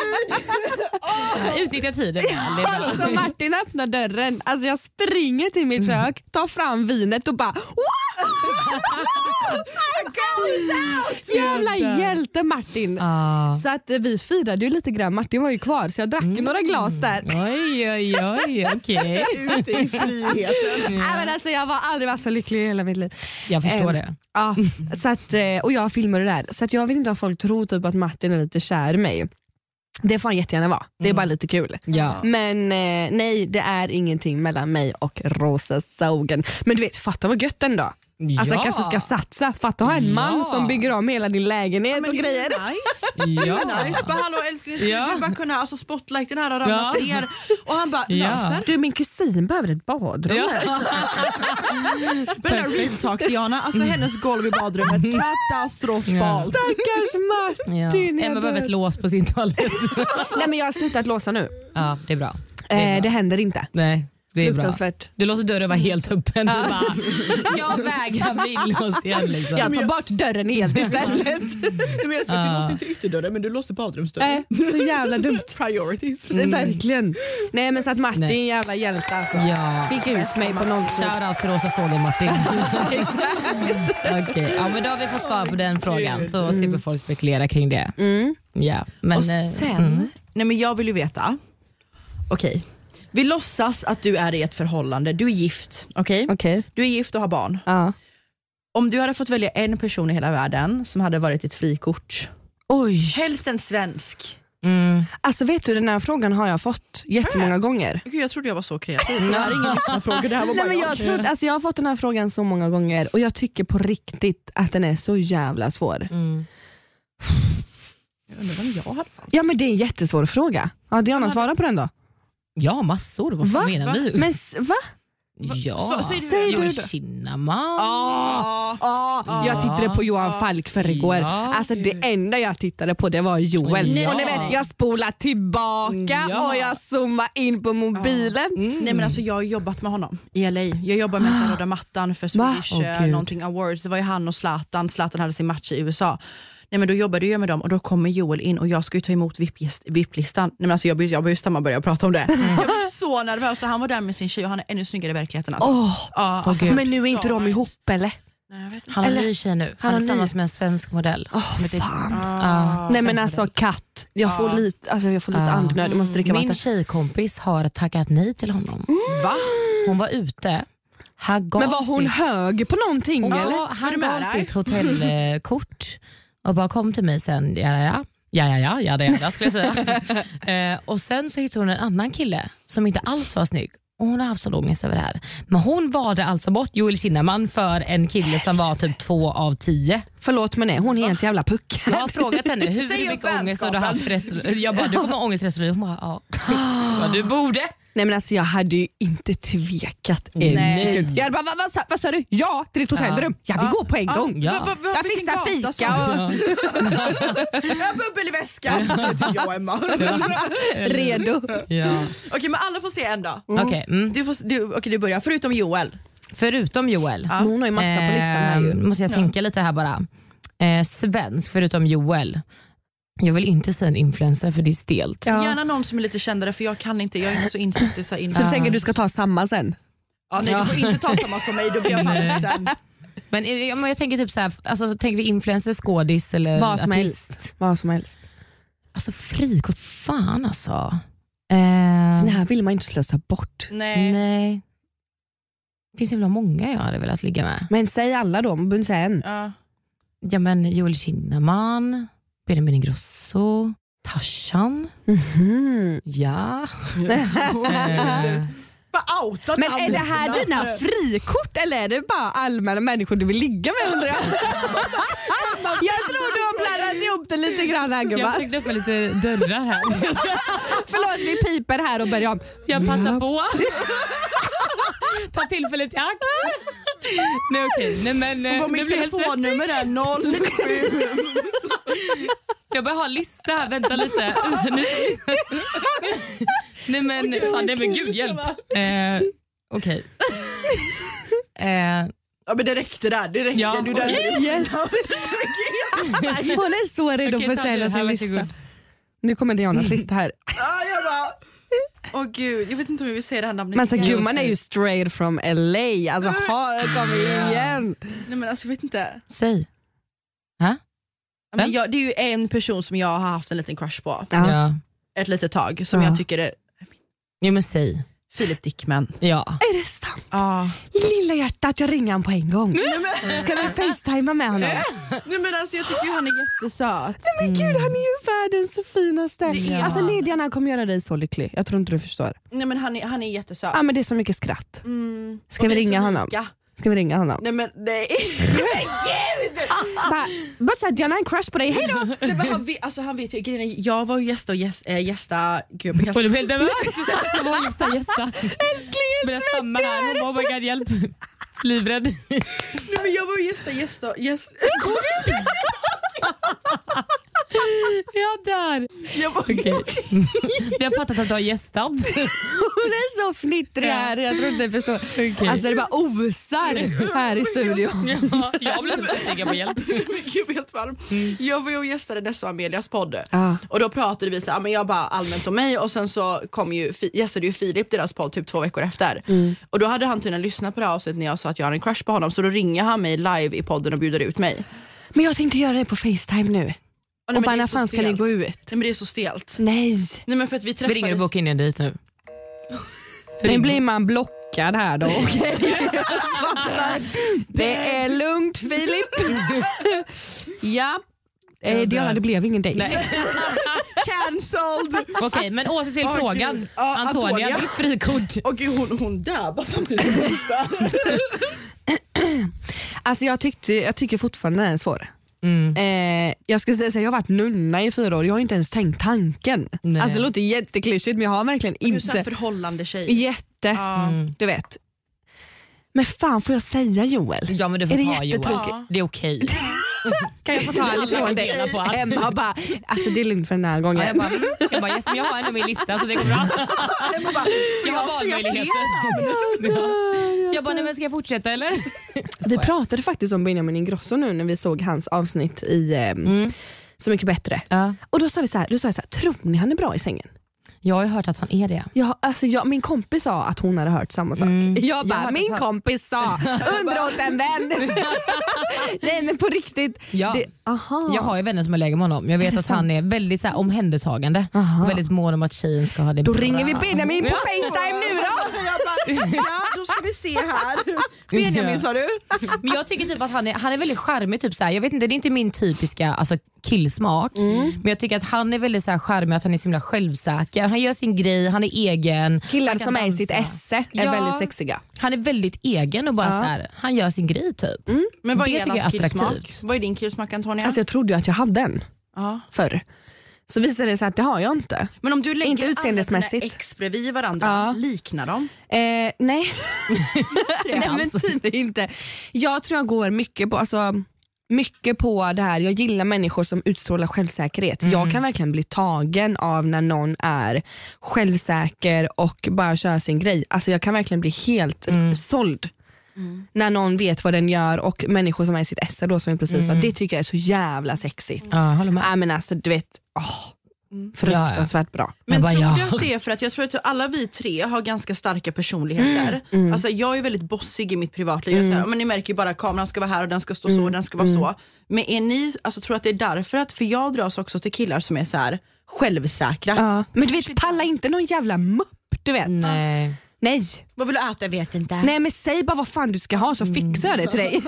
Utnyttja tiden. Ja, det är bra. Alltså Martin öppnar dörren, alltså jag springer till mitt kök, tar fram vinet och bara jävla hjälte Martin. Ah. Så att eh, vi firade ju lite grann, Martin var ju kvar så jag drack mm. några glas där. Oj, oj, oj, okej. Ute i friheten. Nej, men alltså, jag var aldrig varit så lycklig i hela mitt liv. Jag förstår Ehm, det. Ja, så att, eh, och jag filmar det där. Så att jag vet inte om folk tror typ att Martin är lite kär i mig. Det får han jättegärna vara. Det är bara lite kul. Ja. Men eh, nej, det är ingenting mellan mig och Rosa sågen. Men du vet, fatta vad gött ändå. Alltså Ja. kanske ska satsa. Fatta ha en Ja. man som bygger om hela din lägenhet Ja, men och det är grejer. nice. Ja. Det är nice. Bara, hallå älskling, skulle Ja. du bara kunna, alltså spotlighten här har ramlat Ja. ner. Och han bara, Ja. löser. Du, min kusin behöver ett badrum. Ja. Men den där real talk Diana, alltså hennes golv i badrummet, katastrofalt. Stackars Martin. Ja. jag Emma dör. behöver ett lås på sin toalett. Nej, men jag har slutat låsa nu. Ja, det är bra. Det, är Eh, bra. det händer inte. Nej, det är bra. Fruktansvärt. Du låter dörren vara helt öppen. Du bara, jag vägrar bli inlåst igen. Liksom. Jag tar bort dörren helt istället. Men jag ska Ah. du låste inte ytterdörren men du låste badrumsdörren. Nej, så jävla dumt. Priorities. Verkligen. Nej, men så att Martin är en jävla hjälte alltså. Ja. Fick ut mig på någon sätt. Shout out till Rosa Sågen, Martin. Okej, ja, men då har vi fått svar på den frågan, så slipper folk spekulera kring det. Mm. Ja, men, Och eh, sen, mm. nej men jag vill ju veta, okej, vi låtsas att du är i ett förhållande, du är gift, okej? Okej. Du är gift och har barn. Ja. Om du hade fått välja en person i hela världen som hade varit ett frikort, Oj. helst en svensk. Mm. Alltså vet du, den här frågan har jag fått jättemånga gånger. Gud, jag trodde jag var så kreativ. Det här är ingen lyssnarfråga, det här var bara Nej, men jag. jag, trodde, alltså jag har fått den här frågan så många gånger och jag tycker på riktigt att den är så jävla svår. Mm. Jag undrar vem jag hade. Ja, men det är en jättesvår fråga. Ja, Diana, svara på den då. Ja, massor. Vad fan Va? menar Va? du? Men s- va? Ja, Så- säger du Säger det? du Joel det? Kinnaman. Ah, Ah, jag tittade på Johan Falk för igår. Ja. Alltså det enda jag tittade på det var Joel. Ja. Och ni vet, jag spolade tillbaka Ja. och jag zoomade in på mobilen. Nej men alltså jag har jobbat med honom i L A. Jag jobbar med ah. röda mattan för Swedish Åh, oh, Gud. någonting awards. Det var ju han och Zlatan. Zlatan hade sin match i U S A. Nej men då jobbade jag med dem och då kommer Joel in och jag ska ju ta emot V I P-listan. Nej men alltså jag började just stamma börja prata om det. Jag blev så nervös och han var där med sin tjej och han är ännu snyggare i verkligheten alltså. Åh, Ja, alltså, Gud. men nu är inte de ihop eller? Nej, jag vet inte. Han har Eller- ny tjej nu. Han, Han är har tillsammans ny. med en svensk modell. Åh, Men det- fan. Ja, Nej men svensk alltså modell. katt, jag får Ja. lite, alltså, jag får lite Ja. andnöd, jag måste dricka Min vatten. tjejkompis har tackat nej till honom. Va? Hon var ute. Han gav Men var hon sitt, hög på någonting ja, eller? Är han du med gav där? sitt hotellkort och bara kom till mig sen. Ja, ja, ja, ja, ja, ja, det, det skulle jag säga. eh, och sen så hittade hon en annan kille som inte alls var snygg. Och hon har haft så ångest över det här. Men hon valde alltså bort Joel Kinnaman för en kille som var typ två av tio. Förlåt men nej, hon är helt jävla puck. Jag har frågat henne hur Säg upp mycket ångest har du haft vänskapen. resten. Jag bara, du kommer ha ångest resten av livet. Hon bara, ja. Ja, du borde. Nej men alltså jag hade ju inte tvekat en Nej. sekund. Jag hade bara, vad, vad, sa- vad sa du? Ja, till ditt hotellrum. Jag vill gå på en gång. Ja. Va, va, va, Jag vilken fixar gata fika sa du? och Jag har bubbel i väskan. Det tycker jag och Emma. redo. Ja. Okej men alla får se en då. Okej, mm. Du, får, du, okej, du börjar, förutom Joel. Förutom Joel. Ja. Hon har ju massa på listan här ju. Eh, måste jag tänka lite här bara. Eh, svensk förutom Joel. Jag vill inte säga en influencer för det är stelt. Ja. Gärna någon som är lite kändare för jag kan inte, jag är inte så insatt i så här in. Så du tänker du ska ta samma sen? Ja, nej, Ja. du får inte ta samma som mig, då blir jag fan sen. Men eh, jag, jag tänker typ så här, alltså, tänker vi influencer, skådis eller Vad som artist? helst. Vad som helst. Alltså frikort, fan alltså. Eh, Det här vill man inte slösa bort. Nej. nej. Det finns så himla många jag hade velat ligga med. Men säg alla då, man behöver inte säga en. Ja. Ja men Joel Kinnaman, Benjamin Ingrosso, Tarzan. Mhm. Ja. eh, Bara outa Men är namnet det här för dina namnet. frikort eller är det bara allmänna människor du vill ligga med undrar jag? Jag tror du har blandat ihop det lite grann här jag gumman. försökte öppna lite dörrar här. Förlåt vi piper här och börjar om. Jag passar på. Ta tillfället i akt. Nej okej, nej men eh, Och nu mitt blir jag helt svettig. telefonnummer är noll sju. Jag börjar ha en lista här, vänta lite. Nu- nej men fan det är men gud hjälp. Eh, okej. Eh, Ja men det räckte där, det räckte. Ja, Du där. okej. Yes. Hon är så redo Okej, för att ta sälja det här, sin lista. varsågod. Nu kommer Dianas lista här. Ja, jag bara... Åh gud, jag vet inte om jag vill säga det här namnet. Men så igen. gumman är ju straight from L A. Alltså ha, kom igen. Nej men alltså jag vet inte. Säg. Ja, Men jag, det är ju en person som jag har haft en liten crush på. Ja. Ja. Ett litet tag. Som Ja. jag tycker är Jo men säg. Philip Dickman. Ja. Är det sant? Ja. Lilla hjärtat, jag ringer han på en gång. Ska vi facetima med honom? Nej men alltså jag tycker ju han är jättesöt. Men gud, han är ju världens finaste. Det är- Alltså Lydian, han kommer göra dig så lycklig. Jag tror inte du förstår. Nej men han är, han är jättesöt. Ja, men det är så mycket skratt. Mm. Ska Och vi är så ringa honom? lika. Ska vi ringa honom? Nej men nej. bara, bara såhär, jag har en crush på dig, hej då. Nej, men han, vet, alltså, han vet ju, grejen, jag var ju gästa och gästa, äh, gästa gud, jag var du helt nervös? Jag var gästa, gästa. Älskling, jag stamma här, hon bara, oh my god, hjälp. Livrädd. Nej, men jag var ju gästa, gästa, gästa. Jag dör. Jag var... okay. Vi har fattat att du har gästat. Hon är så fnittrig här. Jag tror inte jag förstår. Okay. Alltså det bara osar här i studion. Ja, jag blev så sugen på hjälp. Jag blev helt varm. Mm. Jag var ju och gästade Nessa och Amelias podd. Ah. Och då pratade vi så här, men jag bara allmänt om mig. Och sen så kom ju, gästade ju Filip deras podd typ två veckor efter. Mm. Och då hade han tydligen lyssnat på det här avsnittet när jag sa att jag har en crush på honom. Så då ringer han mig live i podden och bjuder ut mig. Men jag tänkte göra det på FaceTime nu. Oh, nej, och bara när fan ska ni gå ut? Nej men det är så stelt. Nej. Nej men för att vi träffades... Vi ringer och bokar in en dit nu. Nu blir man blockad här då. Okay. Det är lugnt Filip. Ja. Eh, Diana, det blev ingen dejt. Cancelled. Okej, okay, men åter till oh, frågan. Uh, Antonia, Antonia. Ditt frikort. Och gud, hon, hon där bara samtidigt. Alltså jag, tyckte, jag tycker fortfarande den är svår. Mm. Eh, jag ska säga att jag har varit nunna i fyra år. Jag har inte ens tänkt tanken. Nej. Alltså det låter jätteklyschigt, men jag har verkligen du inte. Du är förhållande tjej. Jätte, mm. du vet. Men fan, får jag säga Joel? Ja, men du får är ta det Joel. Ja. Det är okej. Kan jag få ta en ifrån dig? Emma bara, alltså det är lugnt för den här gången. Ja, jag bara, jag bara yes, men jag har ändå min lista så det går bra. Jag bara, jag har valmöjligheter. Ja. Jag bara, nej men ska jag fortsätta eller? Vi pratade faktiskt om Benjamin Ingrosso nu när vi såg hans avsnitt i eh, mm. Så mycket bättre. Ja. Och då sa vi så här, då sa jag så här, tror ni han är bra i sängen? Jag har ju hört att han är det. Ja, alltså jag, min kompis sa att hon hade hört samma sak. Mm. Jag bara, jag min han... kompis sa under åt en vän. Nej men på riktigt. Ja. Det, aha. Jag har ju vänner som är läge med honom. Jag vet att han är väldigt så här, omhändertagande. Aha. Väldigt mån om att tjejen ska ha det då bra. Då ringer vi Benjamin på ja. FaceTime nu då. Jag bara, ja, då ska vi se här. Benjamin sa du? Men jag tycker typ att han är, han är väldigt charmig. Typ så här. Jag vet inte, det är inte min typiska alltså, killsmak. Mm. Men jag tycker att han är väldigt så här charmig, att han är så himla självsäker. Han gör sin grej, han är egen. Killar som dansa. Är i sitt esse är ja. väldigt sexiga. Han är väldigt egen och bara ja. så här, han gör sin grej typ. Mm. Men vad det är hans killsmak? Vad är din killsmak, Antonia? Alltså jag trodde ju att jag hade en ja. förr. Så visade det sig att det har jag inte. Men om du lägger inte utseendesmässigt. ex bredvid varandra, ja. liknar de? Eh, nej. nej men typ inte. Jag tror jag går mycket på alltså, mycket på det här. Jag gillar människor som utstrålar självsäkerhet. Mm. Jag kan verkligen bli tagen av när någon är självsäker och bara kör sin grej. Alltså jag kan verkligen bli helt mm. såld. Mm. När någon vet vad den gör och människor som är i sitt esse då som är precis mm. så, det tycker jag är så jävla sexigt. Ja, håller med. Äh, men alltså du vet, åh, mm. fruktansvärt ja, ja. bra. Men bara, tror ja. du att det är för att jag tror att alla vi tre har ganska starka personligheter. Mm. Mm. Alltså jag är väldigt bossig i mitt privatliv. Mm. Så här, men ni märker ju bara kameran ska vara här och den ska stå så och mm. den ska vara mm. så. Men är ni, alltså tror att det är därför att, för jag dras också till killar som är så här självsäkra. Ja. Men du vet, palla inte någon jävla mupp, du vet. Nej. Nej. Vad vill du äta? Jag vet inte. Nej men säg bara vad fan du ska ha så fixar jag det till dig.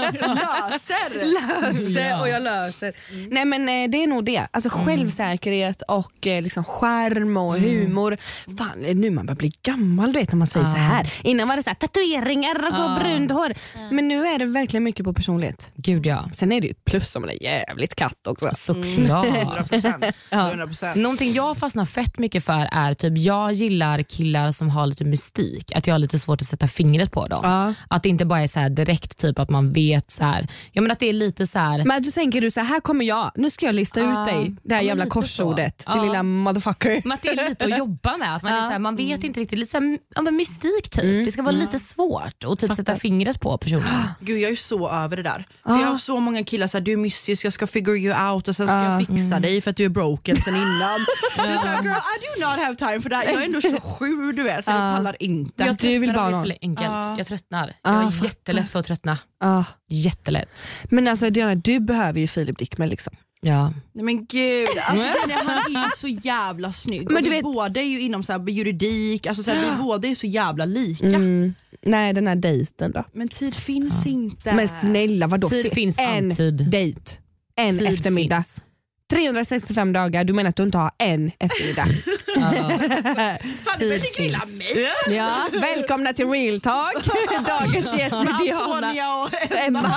löser. Löser ja. och jag löser. Mm. Nej men det är nog det. Alltså mm. självsäkerhet och liksom skärm och mm. humor. Fan, nu man börjar bli gammal du vet när man säger ah. så här. Innan var det så här tatueringar och ah. brunt hår. Mm. Men nu är det verkligen mycket på personlighet. Gud ja. Sen är det ju ett plus om det är jävligt katt också. Såklart. Mm. hundra procent. hundra procent. Någonting jag fastnar fett mycket för är typ jag gillar killar som har lite mystik. Att jag har lite svårt att sätta fingret på dem. Ja. Att det inte bara är så här direkt typ att man vet så här. Jag menar att det är lite så här. Men du tänker du så här, här kommer jag. Nu ska jag lista ja. ut dig. Det här ja, jävla korsordet. Det ja. lilla motherfucker. Men att det är lite att jobba med. Att man, ja. är så här, man vet mm. inte riktigt. Lite så här, ja, men mystik typ. Mm. Det ska vara mm. lite svårt att typ Fattar. sätta fingret på personen. Gud, jag är så över det där. För ja. jag har så många killar så här, du är mystisk, jag ska figure you out och sen ska ja. jag fixa mm. dig för att du är broken sen innan. ja. Du säger, girl, I do not have time for that. Jag är ändå tjugosju, du vet. Så ja. jag pallar inte. Jag tror vill bara för enkelt. Uh. Jag tröttnar. Uh, jag är jättelätt för att tröttna. Uh. Jättelätt. Men alltså Diana, du behöver ju Filip Dickman liksom. Ja. Nej men gud, alltså, han är ju så jävla snygg. Men du vet, båda är ju inom så här juridik, alltså så här, vi båda är så jävla lika. Mm. Nej, den här dejten då. Men tid finns ja. inte. Men snälla, vadå? Tid finns en alltid. Dejt. En tid eftermiddag. Finns. trehundrasextiofem dagar, du menar att du inte har en eftermiddag? Fan, du vill grilla mig. Ja, välkomna till Real Talk. Dagens gäst är Diana Antonia och Emma.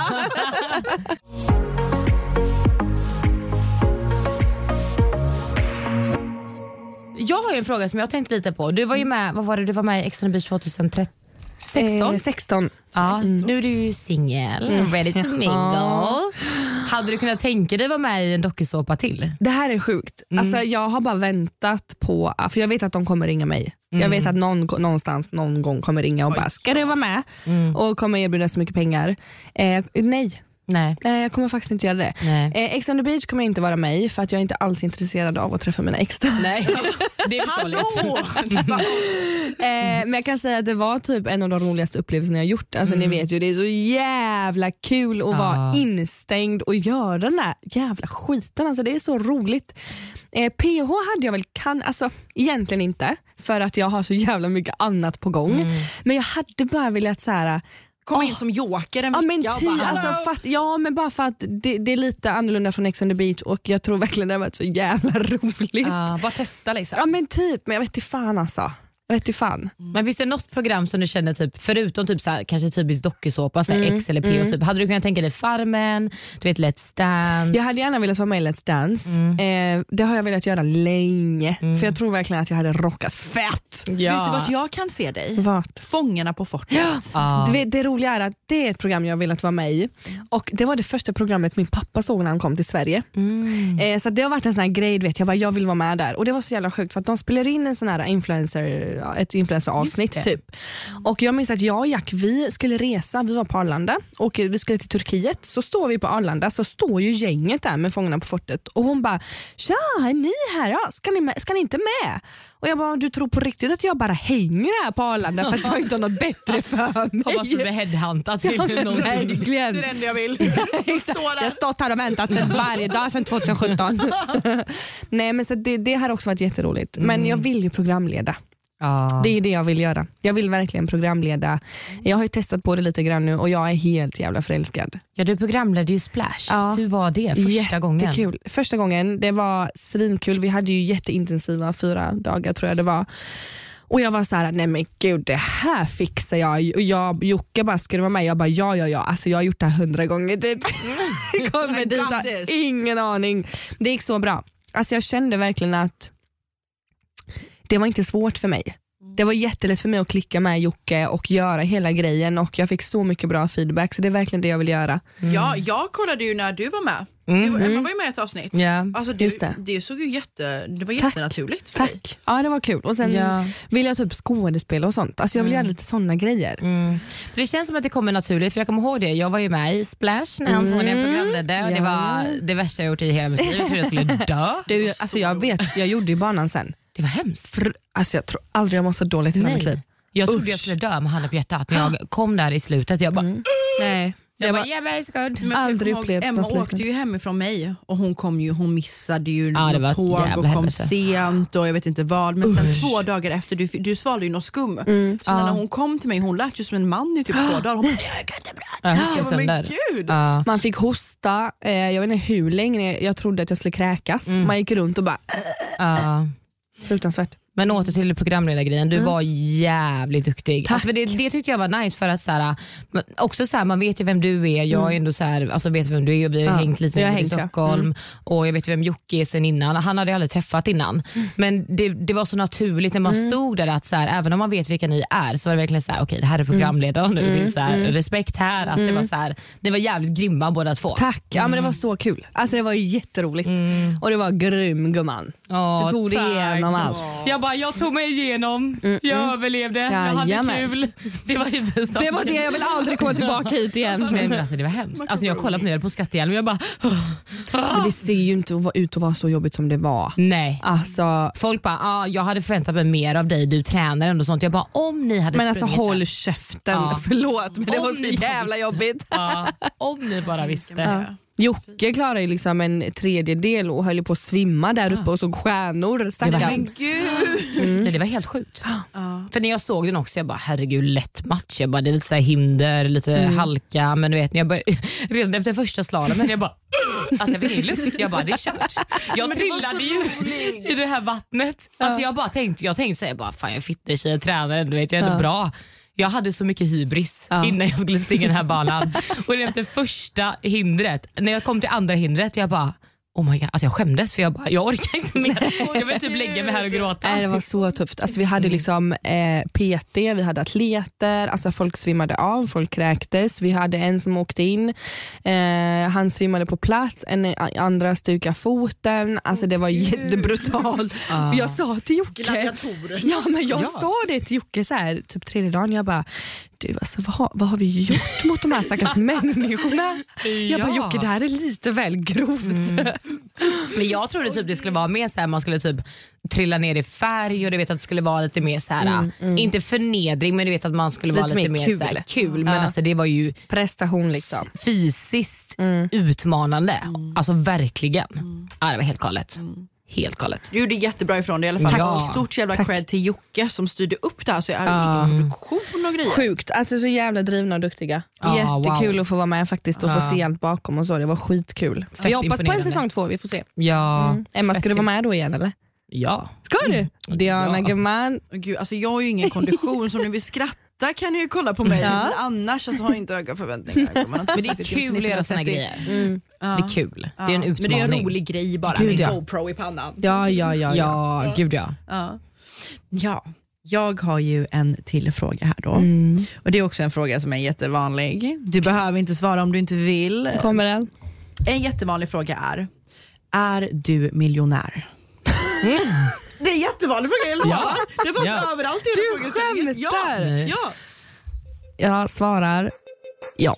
Jag har ju en fråga som jag tänkte lite på. Du var ju med, vad var det, du var med i Ex on the Beach tjugohundratretton? Eh, sexton. Ja, nu är du ju singel, mm. ready to mingle. Ja. Hade du kunnat tänka dig vara med i en dokusåpa till? Det här är sjukt. Mm. Alltså, jag har bara väntat på, för jag vet att de kommer ringa mig. Mm. Jag vet att någon någonstans någon gång kommer ringa och Oj, bara, ska du vara med? Mm. Och kommer erbjuda så mycket pengar. Eh, nej. Nej. Nej, jag kommer faktiskt inte göra det. Eh, Ex on the Beach kommer jag inte vara med i, för att jag är inte alls intresserad av att träffa mina ex. Nej, det är förståeligt. eh, Men jag kan säga att det var typ en av de roligaste upplevelserna jag gjort. Alltså mm. ni vet ju, det är så jävla kul att ah. vara instängd och göra den där jävla skiten. Alltså det är så roligt. eh, P H hade jag väl kan, alltså egentligen inte, för att jag har så jävla mycket annat på gång. mm. Men jag hade bara velat så här. Kom in oh. som joker en ja, vecka men ty, och bara, alltså, fatt, ja men bara för att det, det är lite annorlunda från Ex on the Beach. Och jag tror verkligen det har varit så jävla roligt. uh, Bara testa liksom. Ja men typ, men jag vet inte fan alltså. Jag vet inte fan. Mm. Men finns det något program som du känner typ, förutom typ så här, kanske typiskt dokusåpa, så här, mm. X eller P mm. typ, hade du kunnat tänka dig Farmen, du vet Let's Dance? Jag hade gärna velat vara med i Let's Dance. mm. eh, Det har jag velat göra länge. mm. För jag tror verkligen att jag hade rockat fett. ja. Vet du vart jag kan se dig? Vart? Fångarna på fortet. ja. ah. det, det roliga är att det är ett program jag har velat vara med i. Och det var det första programmet min pappa såg när han kom till Sverige. mm. eh, Så det har varit en sån här grej, vet jag bara, jag vill vara med där. Och det var så jävla sjukt, för att de spelar in en sån här influencer, ett influencer avsnitt typ. Och jag minns att jag och Jack, vi skulle resa, vi var på Arlanda och vi skulle till Turkiet. Så står vi på Arlanda, så står ju gänget där med Fångarna på fortet. Och hon bara, tja, är ni här? Ja, ska, ni med? ska ni inte med? Och jag bara, du tror på riktigt att jag bara hänger här på Arlanda för att jag inte har något bättre för mig? Hoppas du blir headhuntad till ja, verkligen. Det är det enda jag vill. Jag har stått här och väntat sen varje dag sedan tjugohundrasjutton. Nej men så det, det har också varit jätteroligt. Men mm. jag vill ju programleda. Ah. Det är det jag vill göra. Jag vill verkligen programleda. Jag har ju testat på det lite grann nu och jag är helt jävla förälskad. Ja, du programledde ju Splash. Ja. Hur var det första Jättekul. gången? Jättekul. Första gången, det var svinkul. Vi hade ju jätteintensiva fyra dagar tror jag det var. Och jag var så här, nej men gud, det här fixar jag. Och jag, Jocke bara, ska du vara med? Jag bara, ja, ja, ja. Alltså jag har gjort det här hundra gånger typ. Kommer dit, har ingen aning. Det gick så bra. Alltså jag kände verkligen att det var inte svårt för mig. Det var jättelätt för mig att klicka med Jocke och göra hela grejen. Och jag fick så mycket bra feedback. Så det är verkligen det jag vill göra. Mm. Ja, jag kollade ju när du var med. Mm. Du, Emma var ju med i ett avsnitt. Yeah. Alltså du, Just det. det såg ju jätte, det var Tack. jättenaturligt för Tack. dig. Ja, det var kul. Och sen yeah. vill jag typ skådespela och sånt. Alltså jag vill mm. göra lite sådana grejer. Mm. Det känns som att det kommer naturligt. För jag kommer ihåg det. Jag var ju med i Splash när Antonia mm. programledde. Och ja. det var det värsta jag gjort i hela mitt liv. Jag trodde jag skulle dö. Du, alltså jag vet, jag gjorde ju banan sen. Det var hemskt. För, alltså jag tror aldrig jag mått så dåligt i hela mitt liv. Jag trodde Usch. jag skulle dö med handen på hjärtat. När jag kom där i slutet, jag bara... Mm. Nej. Jag, jag bara, yeah, but men aldrig upplevt Emma åkte ju hemifrån mig och hon kom ju, hon missade ju ja, något tåg och kom hemelse. sent och jag vet inte vad. Men sen Usch. två dagar efter, du, du svalde ju något skum. Mm. Så ja. när hon kom till mig, hon lät ju som en man i typ två dagar. Hon bara, jag kan inte prata. Ja, jag bara, men gud. Ja. Man fick hosta, eh, jag vet inte hur länge jag trodde att jag skulle kräkas. Mm. Man gick runt och bara... Ja. Fruktansvärt. Men åter till programledargrejen, du mm. var jävligt duktig. Alltså för det, det tyckte jag var nice för att såhär, också såhär, man vet ju vem du är. Jag är ändå såhär, alltså vet vem du är. Vi har ja. hängt lite i Stockholm mm. och jag vet vem Jocke är sen innan. Han hade jag aldrig träffat innan. Mm. Men det, det var så naturligt när man mm. stod där att såhär, även om man vet vilka ni är, så var det verkligen såhär, okej okay, det här är programledaren nu. Mm. Det är såhär, mm. respekt här att mm. det var såhär, det var jävligt grymma båda två. Tack, ja mm. men det var så kul. Alltså det var jätteroligt. Mm. Och det var grym gumman. Oh, du tog tack. det igenom allt. Jag bara, jag tog mig igenom. Mm, jag mm. överlevde. Ja, jag hade jamen. kul. Det var, det var det, jag vill aldrig komma tillbaka hit igen. Men alltså det var hemskt. Alltså jag kollade på mig på skattehjälm och jag bara... Men det ser ju inte ut att vara så jobbigt som det var. Nej. Alltså... Folk bara, ah, jag hade förväntat mig mer av dig. Du tränar och sånt. Jag bara, om ni hade men alltså håll här. käften. Ja. Förlåt, men det om var så jävla jobbigt. Ja, om ni bara visste. Ja. Jocke klarade ju liksom en tredjedel och höll på att svimma där uppe och såg stjärnor. Det var, men gud. Mm. Nej, det var helt sjukt. Uh. För när jag såg den också, jag bara, herregud, lätt match. Jag bara, det är lite så här hinder, lite mm. halka. Men du vet, när jag började, redan efter första slalomen, jag bara, alltså jag fick ingen luft. Jag bara, det är kört. Jag trillade ju i det här vattnet. Alltså jag bara tänkte, jag tänkte säga bara, fan jag är fitnesstjej, tränare, du vet, jag är ändå uh. bra. Jag hade så mycket hybris ja. innan jag skulle springa den här banan. Och det efter första hindret, när jag kom till andra hindret, jag bara, oh my god, alltså jag skämdes för jag bara, jag orkar inte mer. Jag vill typ lägga mig här och gråta. Nej, det var så tufft. Alltså vi hade liksom eh, P T, vi hade atleter, alltså folk svimmade av, folk kräktes. Vi hade en som åkte in, eh, han svimmade på plats, en andra stukade foten. Alltså det var jättebrutalt. Ah. Jag sa till Jocke, ja men jag ja. sa det till Jocke så här, typ tredje dagen, jag bara, du, alltså, vad, har, vad har vi gjort mot de här stackars människorna? Ja. Jag bara, Jocke, det här är lite väl grovt. Mm. Men jag trodde typ det skulle vara mer så här, man skulle typ trilla ner i färg och du vet att det skulle vara lite mer så här, mm, mm. inte förnedring, men du vet att man skulle lite vara lite mer, mer kul. Så här, kul. Men ja. alltså det var ju prestation liksom. Fysiskt mm. utmanande. Mm. Alltså verkligen. Mm. Ja, det var helt galet. Mm. Helt galet. Du gjorde jättebra ifrån det i alla fall. Ja. Och stort jävla Tack. cred till Jocke som styrde upp det här. Så är det uh. ingen produktion och grejer. Sjukt, alltså så jävla drivna och duktiga. uh, Jättekul wow. att få vara med faktiskt och uh. få se allt bakom och så. Det var skitkul. För jag hoppas på en säsong två, vi får se. Ja. mm. Emma, ska du vara med då igen eller? Ja. Ska du? Mm. Diana ja. gumman. Gud, alltså jag har ju ingen kondition som ni vill skratta. Där kan ni ju kolla på mig, ja. men annars alltså, har jag inte höga förväntningar. Men det är kul att göra såna grejer. Mm. Ja. Det är kul, ja. det är en utmaning. Men det är en rolig grej bara, gud, med ja. GoPro i pannan. Ja, ja, ja. Ja, ja. gud ja. ja. Ja, jag har ju en till fråga här då. Mm. Och det är också en fråga som är jättevanlig. Du behöver inte svara om du inte vill. Kommer den? En jättevanlig fråga är, är du miljonär? Mm. Det är en jättevanlig fråga, eller ja. Det var ja. överallt i du skämtar! Ja. Ja. Jag svarar ja.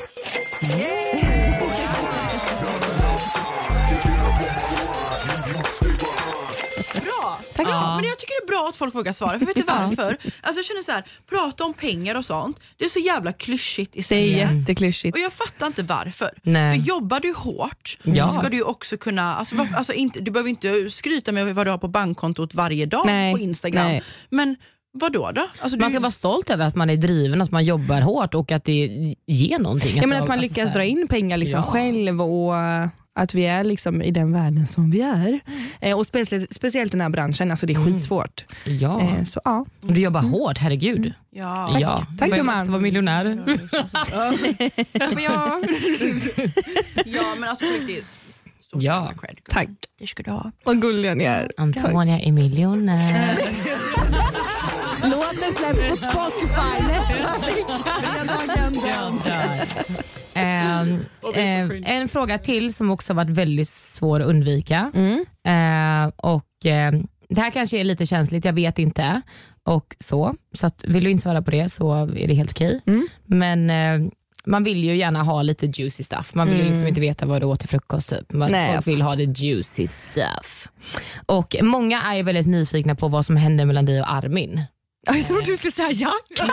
Bra. Tack. Ja, men jag tycker det är bra att folk vågar svara. För vet du varför? Alltså jag känner så här, prata om pengar och sånt, det är så jävla klyschigt i Sverige. Det är jätteklyschigt. Och jag fattar inte varför. Nej. För jobbar du hårt ja. så ska du ju också kunna, alltså, varför, alltså inte, du behöver inte skryta med vad du har på bankkontot varje dag Nej. på Instagram. Nej. Men vad då då? Alltså, man ska du... vara stolt över att man är driven, att man jobbar hårt och att det ger någonting. Ja, men att man lyckas alltså, dra in pengar liksom ja. själv och att vi är liksom i den världen som vi är. Mm. Eh, och speciellt, speciellt den här branschen, alltså det är skitsvårt. Mm. Ja. Eh, så, ja. Och du jobbar mm. hårt, herregud. Ja. Tack, ja. Tack du man. var miljonär. ja. ja. ja, men alltså på riktigt. Stort ja. cred. Tack. Det ska du ha. Vad gulliga ni är. Antonia är miljonär. Låten släpps på Spotify nästa um, um, En fråga till som också varit väldigt svår att undvika. Mm. Uh, och uh, det här kanske är lite känsligt, jag vet inte. Och så, så att, vill du inte svara på det så är det helt okej. Mm. Men uh, man vill ju gärna ha lite juicy stuff. Man vill ju mm. liksom inte veta vad du åt till frukost typ. Man, Nej, folk vill ha det juicy stuff. Och många är väldigt nyfikna på vad som händer mellan dig och Armin. Jag trodde du skulle säga Jack. Jag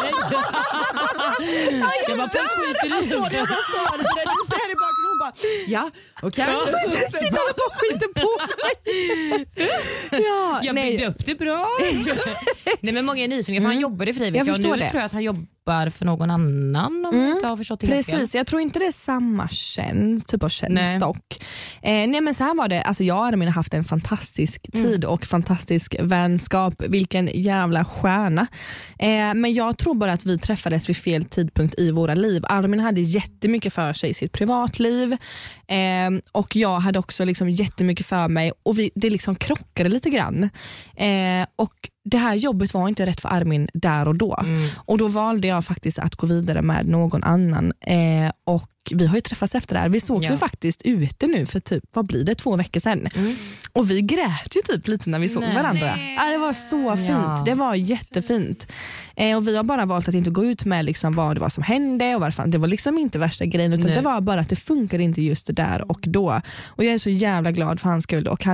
var på skit i det. Du säger i bakgrunden och bara, ja, okej. Du sitter bara och skiter på mig. Ja, jag byggde upp det bra. Nej, men många är nyfikna, för han jobbar i frivilligt. Jag förstår och nu det. tror jag att han jobbar för någon annan, om mm. jag inte har förstått det. Precis, jag tror inte det är samma tjänst, typ av tjänst dock. Eh, nej men så här var det, alltså jag och Armin har haft en fantastisk mm. tid och fantastisk vänskap, vilken jävla stjärna. Eh, men jag tror bara att vi träffades vid fel tidpunkt i våra liv. Armin hade jättemycket för sig i sitt privatliv eh, och jag hade också liksom jättemycket för mig och vi, det liksom krockade lite grann. Eh, och det här jobbet var inte rätt för Armin där och då. Mm. Och då valde jag faktiskt att gå vidare med någon annan. Eh, och vi har ju träffats efter det här. Vi såg ja. ju faktiskt ute nu för typ, vad blir det, två veckor sedan. Mm. Och vi grät ju typ lite när vi såg Nej. varandra. Ja, det var så fint. Ja. Det var jättefint. Eh, och vi har bara valt att inte gå ut med liksom vad det var som hände och varför. Det var liksom inte värsta grejen, utan Nej. det var bara att det funkade inte just det där och då. Och jag är så jävla glad för hans skull. Och han är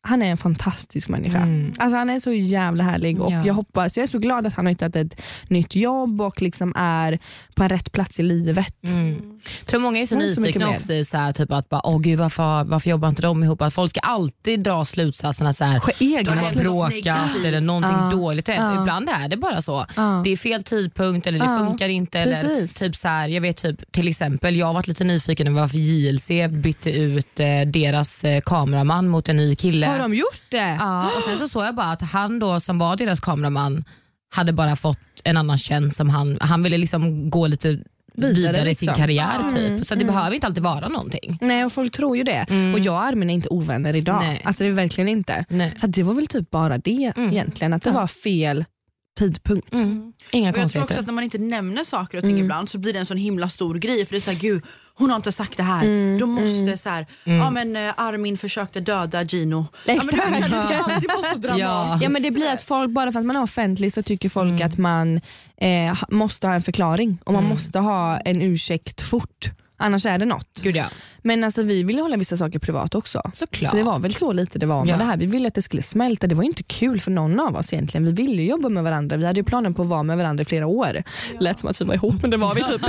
han är en fantastisk människa. Mm. Alltså han är så jävla härlig och ja. jag hoppas, jag är så glad att han har hittat ett nytt jobb och liksom är på en rätt plats i livet. Mm. Jag tror många är så nyfikna så också i så här, typ att bara, åh gud varför, varför jobbar inte de ihop? Att folk ska alltid dra slutsatserna så här, de har bråkat eller någonting ah. dåligt. Ah. Ibland är det bara så. Ah. Det är fel tidpunkt eller det ah. funkar inte. Eller typ så här, jag vet typ till exempel, jag har varit lite nyfiken över varför J L C bytte ut eh, deras eh, kameraman mot en ny kille. Har de gjort det? Ja, och sen så såg jag bara att han då som var deras kameraman hade bara fått en annan tjänst som han, han ville liksom gå lite vidare, vidare liksom. i sin karriär typ. Mm, så det mm. behöver inte alltid vara någonting. Nej, och folk tror ju det. Mm. Och jag och Armin är inte ovänner idag. Nej. Alltså det är verkligen inte. Nej. Så det var väl typ bara det mm. egentligen, att det ja. var fel tidpunkt. Mm. Inga och jag tror också att när man inte nämner saker och ting mm. ibland så blir det en sån himla stor grej, för det är så här, gud, hon har inte sagt det här. Mm. Då måste mm. så här, mm. ja men uh, Armin försökte döda Gino. Exakt. Ja, men det, det ska alltid vara så dramatiskt. Ja. ja men det blir att folk, bara för att man är offentlig så tycker folk mm. att man eh, måste ha en förklaring och man mm. måste ha en ursäkt fort. Annars är det något. Gud, ja. Men alltså, vi ville hålla vissa saker privat också. Såklart. Så det var väl så lite det var med ja. det här. Vi ville att det skulle smälta. Det var inte kul för någon av oss egentligen. Vi ville jobba med varandra. Vi hade ju planen på att vara med varandra i flera år. Ja. Lät som att vi var ihop, men det var vi typ.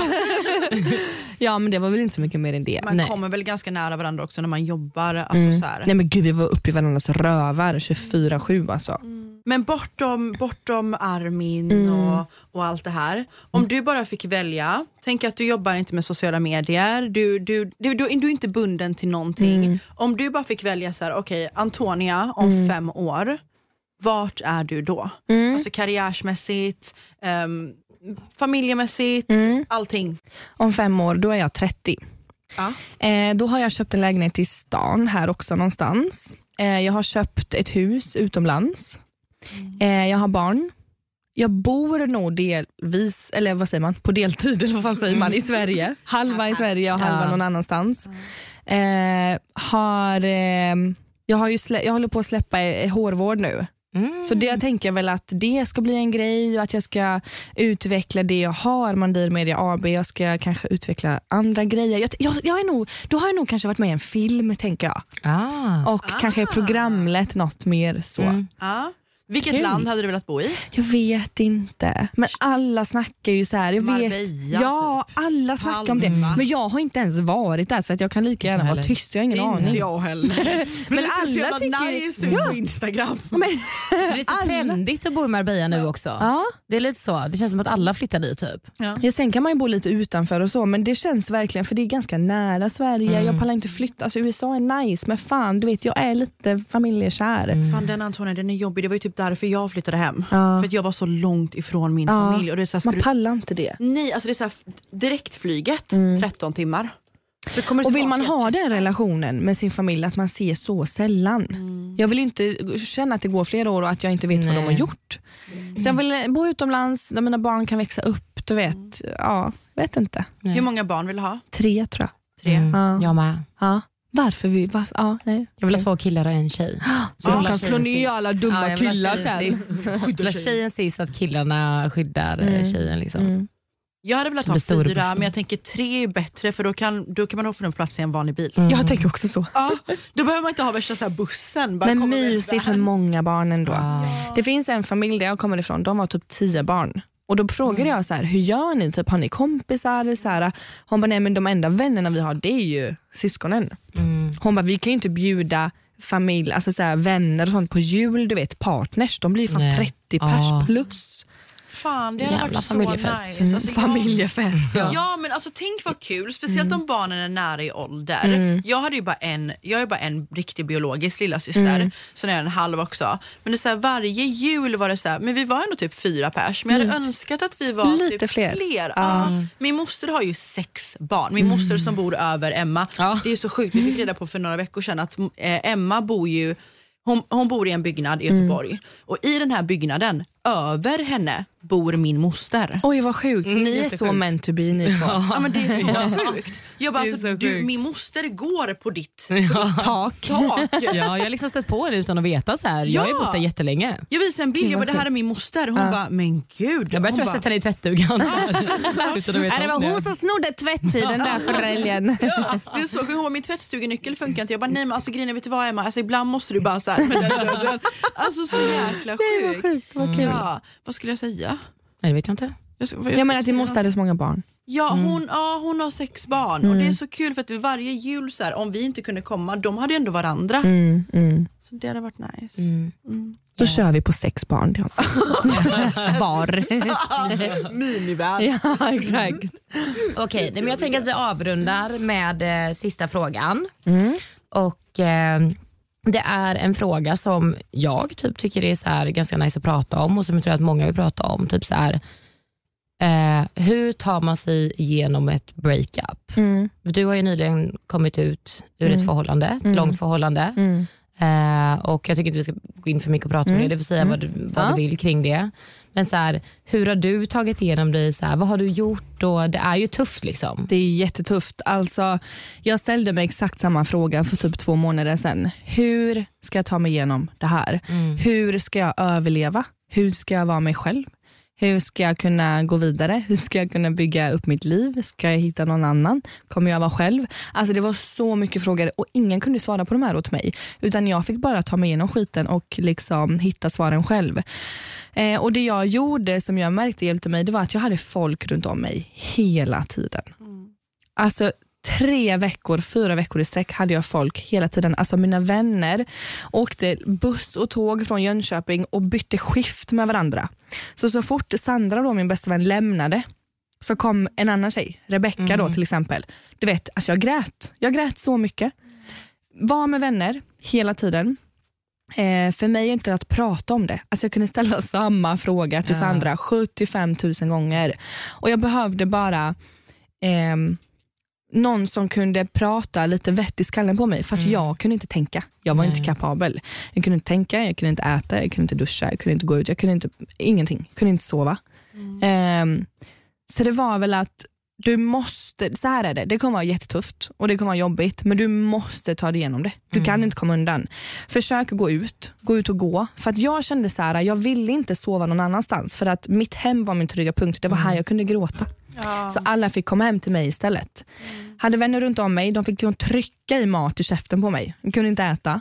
Ja, men det var väl inte så mycket mer än det. Man Nej. kommer väl ganska nära varandra också när man jobbar. Alltså, mm. så här. Nej men gud, vi var uppe i varandras rövar tjugofyra sju alltså. Mm. Men bortom, bortom Armin mm. och, och allt det här. Om mm. du bara fick välja, tänk att du jobbar inte med sociala medier. Du, du, du, du, du är inte bunden till någonting. Mm. Om du bara fick välja så här, okej, okay, Antonia om mm. fem år. Vart är du då? Mm. Alltså karriärsmässigt, um, familjemässigt, mm. allting. Om fem år, då är jag trettio. Ja. Eh, då har jag köpt en lägenhet i stan här också någonstans. Eh, jag har köpt ett hus utomlands. Mm. Eh, jag har barn. Jag bor nog delvis, eller vad säger man, på deltid eller vad fan säger man, i Sverige. Halva i Sverige och halva ja. någon annanstans. Eh, har, eh, jag, har ju slä- jag håller på att släppa eh, hårvård nu. Mm. Så det tänker jag väl att det ska bli en grej och att jag ska utveckla det jag har, Mandir Media A B. Jag ska kanske utveckla andra grejer. Jag, jag, jag är nog, då har jag nog kanske varit med i en film, tänker jag. Ah. Och ah. kanske programlet något mer så. Mm. Ah. Vilket Kul. land hade du velat bo i? Jag vet inte. Men alla snackar ju så här. Jag Marbella, vet, ja, typ. alla snackar om det. Men jag har inte ens varit där, så att jag kan lika gärna vara tyst. Jag har ingen inte aning. Inte jag heller. Men, men alla tycker... Nice ja. på Instagram. Men, det är lite alla... trendigt att bo i Marbella nu också. Ja. Det är lite så. Det känns som att alla flyttar dit typ. Ja. Ja, sen kan man ju bo lite utanför och så. Men det känns verkligen, för det är ganska nära Sverige. Mm. Jag pallar inte flytta. Alltså U S A är nice. Men fan, du vet, jag är lite familjekär. Mm. Fan, den Antonia, den är jobbig. Det var ju typ därför jag flyttade hem. Ja. För att jag var så långt ifrån min ja. familj. Och det är så här, man du... pallar inte det. Nej, alltså det är så här, direktflyget, mm. tretton timmar. Så kommer och vill man ha den relationen med sin familj, att man ser så sällan. Mm. Jag vill inte känna att det går flera år och att jag inte vet Nej. vad de har gjort. Mm. Så jag vill bo utomlands där mina barn kan växa upp, du vet. Mm. Ja, vet inte. Nej. Hur många barn vill du ha? Tre, tror jag. Tre? Mm. Ja. Jag med. Ja. Varför vi? Var, ja, nej. Jag vill ha två killar och en tjej. Så ja, de kan slå ner alla dumma ja, killar sen. Skyddar tjejen sist att killarna skyddar mm. tjejen liksom. Mm. Jag hade velat ha fyra, men jag tänker tre är bättre, för då kan, då kan man nog få en plats i en vanlig bil. Mm. Jag tänker också så. Ja, då behöver man inte ha värsta så här bussen. Bara men mysigt med många barn ändå. Ah. Det finns en familj där jag kommer ifrån, de var typ tio barn. Och då frågade mm. jag så här, hur gör ni? Typ, har ni kompisar? Så här, hon bara, nej men de enda vännerna vi har, det är ju syskonen. Mm. Hon bara, vi kan ju inte bjuda familj, alltså så här, vänner och sånt på jul, du vet, partners, de blir fan nej. trettio pers ah. plus. Fan, det hade Jävla varit familjefest. så nice. Alltså, familjefest. Ja. ja, men alltså tänk vad kul, speciellt mm. om barnen är nära i ålder. Mm. Jag hade ju bara en, jag är bara en riktig biologisk lilla syster, mm. så är jag en halv också. Men det är så här, varje jul var det så här, men vi var ändå typ fyra pers, men jag hade mm. önskat att vi var lite typ fler. fler. Ja. Mm. Min moster har ju sex barn. Min mm. moster som bor över Emma. Ja. Det är så sjukt. Vi fick reda på för några veckor sedan att eh, Emma bor ju Hon, hon bor i en byggnad i Göteborg. Mm. Och i den här byggnaden, över henne bor min moster. Oj vad sjukt, Mm, ni är så meant to be ni två. Ja men det är så sjukt. Jag bara, Det är alltså, så du, sjukt. min moster går på ditt Tak. tak. Ja, jag har liksom stött på det utan att veta så här. Jag har ju Ja. bott där jättelänge. Jag visade en bild, jag bara, det här är min moster. Hon bara, men gud. Jag började hon trösta henne i tvättstugan. Utan att veta Nej, det om var hon som snodde tvätttiden där för helgen. Ja, det är så sjukt. Hon bara, min tvättstugenyckel funkar inte. Jag bara, nej men alltså grejen, vet du vad Emma? Alltså ibland måste du bara så här, med den dörren. Alltså så jäkla sjukt. Sjukt, vad kul. Ja, vad skulle jag säga? Nej, det vet jag inte. Jag, ska- vad Jag menar att ska din säga? moster hade så många barn. Ja hon, ja, hon har sex barn och det är så kul för att varje jul så här, om vi inte kunde komma, de hade ju ändå varandra. Mm, mm. Så det hade varit nice. Mm. Mm. Då kör vi på sex barn. Var. Minivärld. Ja, exakt. Okej, okay, men jag tänker att vi avrundar med eh, sista frågan. Mm. Och eh, det är en fråga som jag typ tycker är så här ganska nice att prata om och som jag tror att många vill prata om. Typ så här, eh, hur tar man sig igenom ett breakup? Mm. Du har ju nyligen kommit ut ur Mm. ett förhållande, ett Mm. långt förhållande. Mm. Eh, och jag tycker inte vi ska gå in för mycket och prata om Mm. det. Du får säga Mm. vad, du, vad Ja. du vill kring det. Men så här, hur har du tagit igenom dig? Så här, vad har du gjort? Och det är ju tufft liksom. Det är jättetufft. Alltså, jag ställde mig exakt samma fråga för typ två månader sedan. Hur ska jag ta mig igenom det här? Mm. Hur ska jag överleva? Hur ska jag vara mig själv? Hur ska jag kunna gå vidare? Hur ska jag kunna bygga upp mitt liv? Ska jag hitta någon annan? Kommer jag vara själv? Alltså det var så mycket frågor och ingen kunde svara på de här åt mig. Utan jag fick bara ta mig igenom skiten och liksom hitta svaren själv. Eh, och det jag gjorde som jag märkte hjälpte mig, det var att jag hade folk runt om mig hela tiden. Mm. Alltså tre veckor, fyra veckor i sträck hade jag folk hela tiden. Alltså mina vänner åkte buss och tåg från Jönköping och bytte skift med varandra. Så så fort Sandra då, min bästa vän, lämnade så kom en annan tjej, Rebecca Mm. då till exempel. Du vet, alltså jag grät. Jag grät så mycket. Var med vänner hela tiden. Eh, för mig är inte att prata om det. Alltså jag kunde ställa samma fråga till Ja. Sandra sjuttiofem tusen gånger. Och jag behövde bara eh, någon som kunde prata lite vett i skallen på mig. För att Mm. jag kunde inte tänka. Jag var Nej. inte kapabel. Jag kunde inte tänka, jag kunde inte äta, jag kunde inte duscha, jag kunde inte gå ut, jag kunde inte, ingenting. Jag kunde inte sova. Eh, så det var väl att du måste, så här är det, det kommer vara jättetufft och det kommer vara jobbigt, men du måste ta dig igenom det. Du Mm. kan inte komma undan. Försök gå ut, gå ut och gå. För att jag kände så här, jag ville inte sova någon annanstans för att mitt hem var min trygga punkt. Det var här jag kunde gråta. Ja. Så alla fick komma hem till mig istället. Hade vänner runt om mig, de fick liksom trycka i mat i käften på mig. Jag kunde inte äta.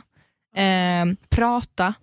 Eh, prata